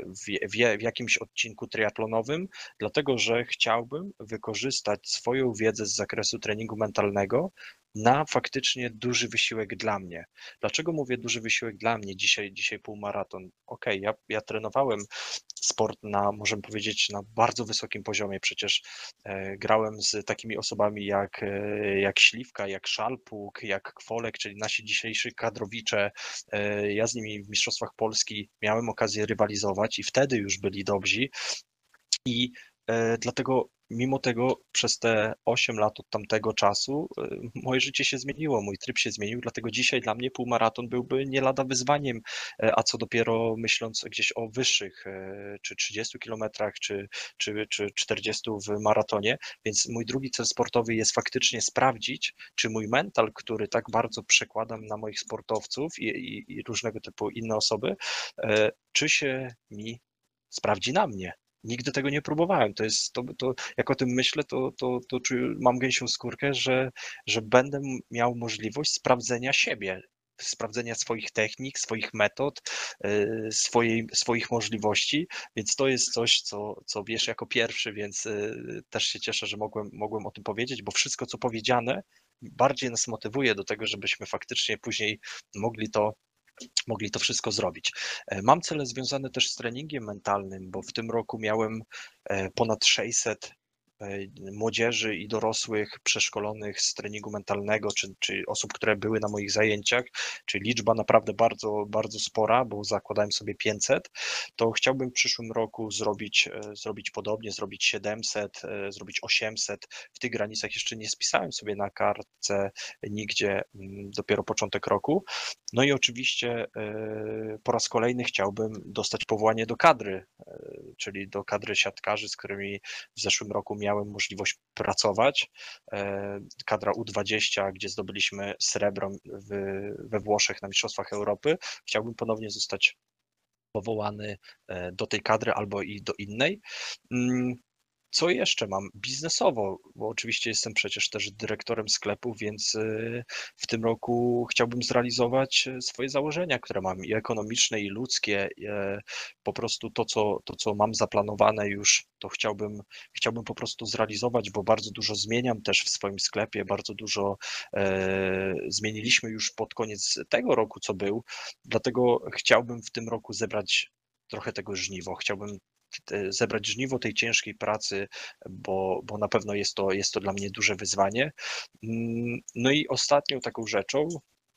w jakimś odcinku triatlonowym, dlatego że chciałbym wykorzystać swoją wiedzę z zakresu treningu mentalnego na faktycznie duży wysiłek dla mnie. Dlaczego mówię duży wysiłek dla mnie dzisiaj półmaraton? Okej, ja trenowałem sport na, możemy powiedzieć, na bardzo wysokim poziomie. Przecież grałem z takimi osobami jak Śliwka, jak Szalpuk, jak Kwolek, czyli nasi dzisiejsi kadrowicze. Ja z nimi w Mistrzostwach Polski miałem okazję rywalizować i wtedy już byli dobrzy. I dlatego mimo tego przez te 8 lat od tamtego czasu moje życie się zmieniło, mój tryb się zmienił, dlatego dzisiaj dla mnie półmaraton byłby nie lada wyzwaniem, a co dopiero myśląc gdzieś o wyższych, czy 30 kilometrach, czy 40 w maratonie, więc mój drugi cel sportowy jest faktycznie sprawdzić, czy mój mental, który tak bardzo przekładam na moich sportowców i różnego typu inne osoby, czy się mi sprawdzi na mnie. Nigdy tego nie próbowałem. Jak o tym myślę, to czuję, mam gęsią skórkę, że będę miał możliwość sprawdzenia siebie, sprawdzenia swoich technik, swoich metod, swoich możliwości, więc to jest coś, co wiesz jako pierwszy, więc też się cieszę, że mogłem o tym powiedzieć, bo wszystko, co powiedziane, bardziej nas motywuje do tego, żebyśmy faktycznie później mogli to mogli to wszystko zrobić. Mam cele związane też z treningiem mentalnym, bo w tym roku miałem ponad 600 młodzieży i dorosłych przeszkolonych z treningu mentalnego, czy osób, które były na moich zajęciach, czyli liczba naprawdę bardzo, bardzo spora, bo zakładałem sobie 500, to chciałbym w przyszłym roku zrobić podobnie, zrobić 700, zrobić 800. W tych granicach jeszcze nie spisałem sobie na kartce nigdzie, dopiero początek roku. No i oczywiście po raz kolejny chciałbym dostać powołanie do kadry, czyli do kadry siatkarzy, z którymi w zeszłym roku miałem możliwość pracować. Kadra U20, gdzie zdobyliśmy srebro we Włoszech na Mistrzostwach Europy. Chciałbym ponownie zostać powołany do tej kadry albo i do innej. Co jeszcze mam? Biznesowo, bo oczywiście jestem przecież też dyrektorem sklepu, więc w tym roku chciałbym zrealizować swoje założenia, które mam i ekonomiczne, i ludzkie. Po prostu to, co mam zaplanowane już, to chciałbym po prostu zrealizować, bo bardzo dużo zmieniam też w swoim sklepie, bardzo dużo zmieniliśmy już pod koniec tego roku, co był, dlatego chciałbym w tym roku zebrać trochę tego żniwo. Chciałbym zebrać żniwo tej ciężkiej pracy, bo na pewno jest to dla mnie duże wyzwanie. No i ostatnią taką rzeczą,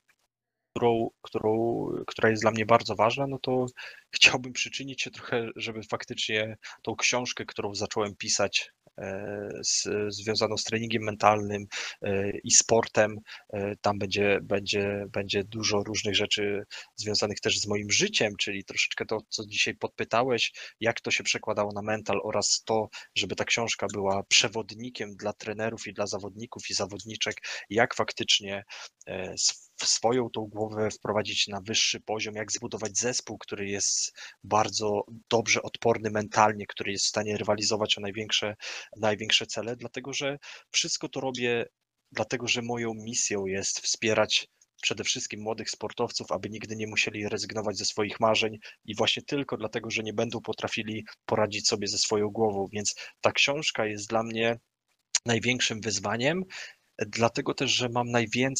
która jest dla mnie bardzo ważna, no to chciałbym przyczynić się trochę, żeby faktycznie tą książkę, którą zacząłem pisać, związaną z treningiem mentalnym i sportem, tam będzie dużo różnych rzeczy związanych też z moim życiem, czyli troszeczkę to, co dzisiaj podpytałeś, jak to się przekładało na mental oraz to, żeby ta książka była przewodnikiem dla trenerów i dla zawodników i zawodniczek, jak faktycznie swoją tą głowę wprowadzić na wyższy poziom, jak zbudować zespół, który jest bardzo dobrze odporny mentalnie, który jest w stanie rywalizować o największe cele, dlatego że wszystko to robię, dlatego że moją misją jest wspierać przede wszystkim młodych sportowców, aby nigdy nie musieli rezygnować ze swoich marzeń i właśnie tylko dlatego, że nie będą potrafili poradzić sobie ze swoją głową, więc ta książka jest dla mnie największym wyzwaniem, dlatego też, że mam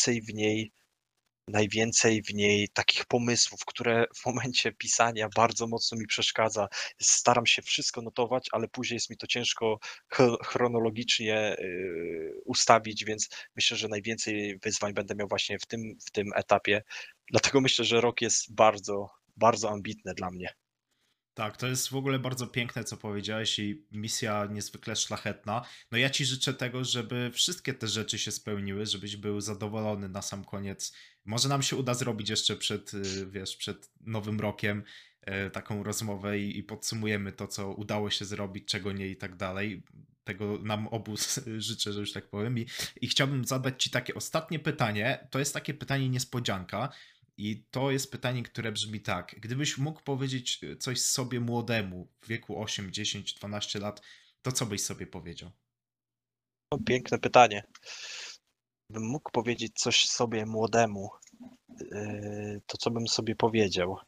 najwięcej w niej takich pomysłów, które w momencie pisania bardzo mocno mi przeszkadza. Staram się wszystko notować, ale później jest mi to ciężko chronologicznie ustawić, więc myślę, że najwięcej wyzwań będę miał właśnie w tym etapie. Dlatego myślę, że rok jest bardzo, bardzo ambitny dla mnie. Tak, to jest w ogóle bardzo piękne, co powiedziałeś i misja niezwykle szlachetna. No ja ci życzę tego, żeby wszystkie te rzeczy się spełniły, żebyś był zadowolony na sam koniec. Może nam się uda zrobić jeszcze przed nowym rokiem taką rozmowę i podsumujemy to, co udało się zrobić, czego nie i tak dalej. Tego nam obu życzę, że już tak powiem. I chciałbym zadać ci takie ostatnie pytanie. To jest takie pytanie niespodzianka. I to jest pytanie, które brzmi tak. Gdybyś mógł powiedzieć coś sobie młodemu w wieku 8, 10, 12 lat, to co byś sobie powiedział? No, piękne pytanie. Bym mógł powiedzieć coś sobie młodemu, to co bym sobie powiedział?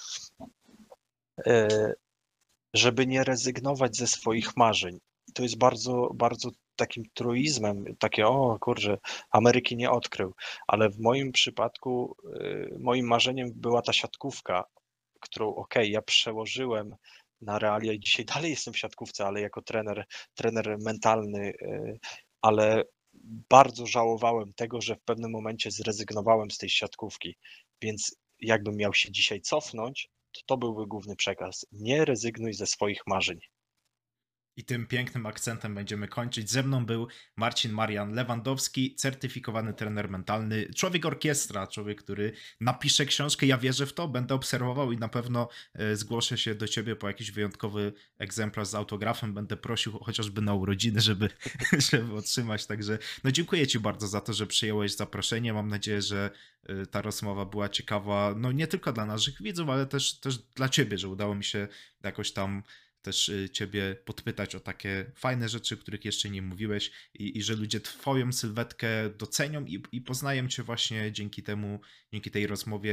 Żeby nie rezygnować ze swoich marzeń. To jest bardzo, bardzo takim truizmem, takie o kurczę, Ameryki nie odkrył, ale w moim przypadku moim marzeniem była ta siatkówka, którą ja przełożyłem na realia i dzisiaj dalej jestem w siatkówce, ale jako trener mentalny, ale bardzo żałowałem tego, że w pewnym momencie zrezygnowałem z tej siatkówki, więc jakbym miał się dzisiaj cofnąć, to byłby główny przekaz. Nie rezygnuj ze swoich marzeń. I tym pięknym akcentem będziemy kończyć. Ze mną był Marcin Marian Lewandowski, certyfikowany trener mentalny, człowiek orkiestra, człowiek, który napisze książkę. Ja wierzę w to, będę obserwował i na pewno zgłoszę się do ciebie po jakiś wyjątkowy egzemplarz z autografem. Będę prosił chociażby na urodziny, żeby, żeby otrzymać. Także no dziękuję ci bardzo za to, że przyjąłeś zaproszenie. Mam nadzieję, że ta rozmowa była ciekawa, no nie tylko dla naszych widzów, ale też dla ciebie, że udało mi się jakoś tam też ciebie podpytać o takie fajne rzeczy, o których jeszcze nie mówiłeś i że ludzie twoją sylwetkę docenią i poznają cię właśnie dzięki temu, dzięki tej rozmowie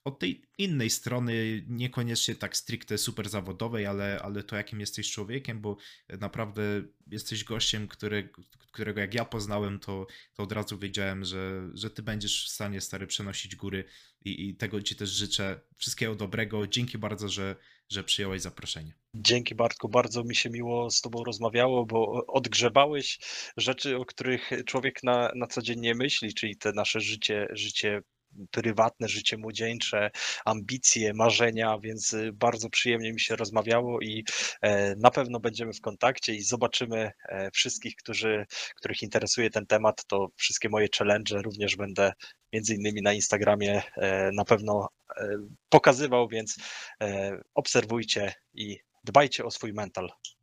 od tej innej strony, niekoniecznie tak stricte super zawodowej, ale to jakim jesteś człowiekiem, bo naprawdę jesteś gościem, którego jak ja poznałem, to od razu wiedziałem, że ty będziesz w stanie, stary, przenosić góry i tego ci też życzę. Wszystkiego dobrego. Dzięki bardzo, że przyjąłeś zaproszenie. Dzięki Bartku, bardzo mi się miło z Tobą rozmawiało, bo odgrzebałeś rzeczy, o których człowiek na co dzień nie myśli, czyli te nasze życie prywatne, życie młodzieńcze, ambicje, marzenia, więc bardzo przyjemnie mi się rozmawiało i na pewno będziemy w kontakcie i zobaczymy wszystkich, których interesuje ten temat, to wszystkie moje challenge również będę między innymi na Instagramie na pewno pokazywał, więc obserwujcie i dbajcie o swój mental.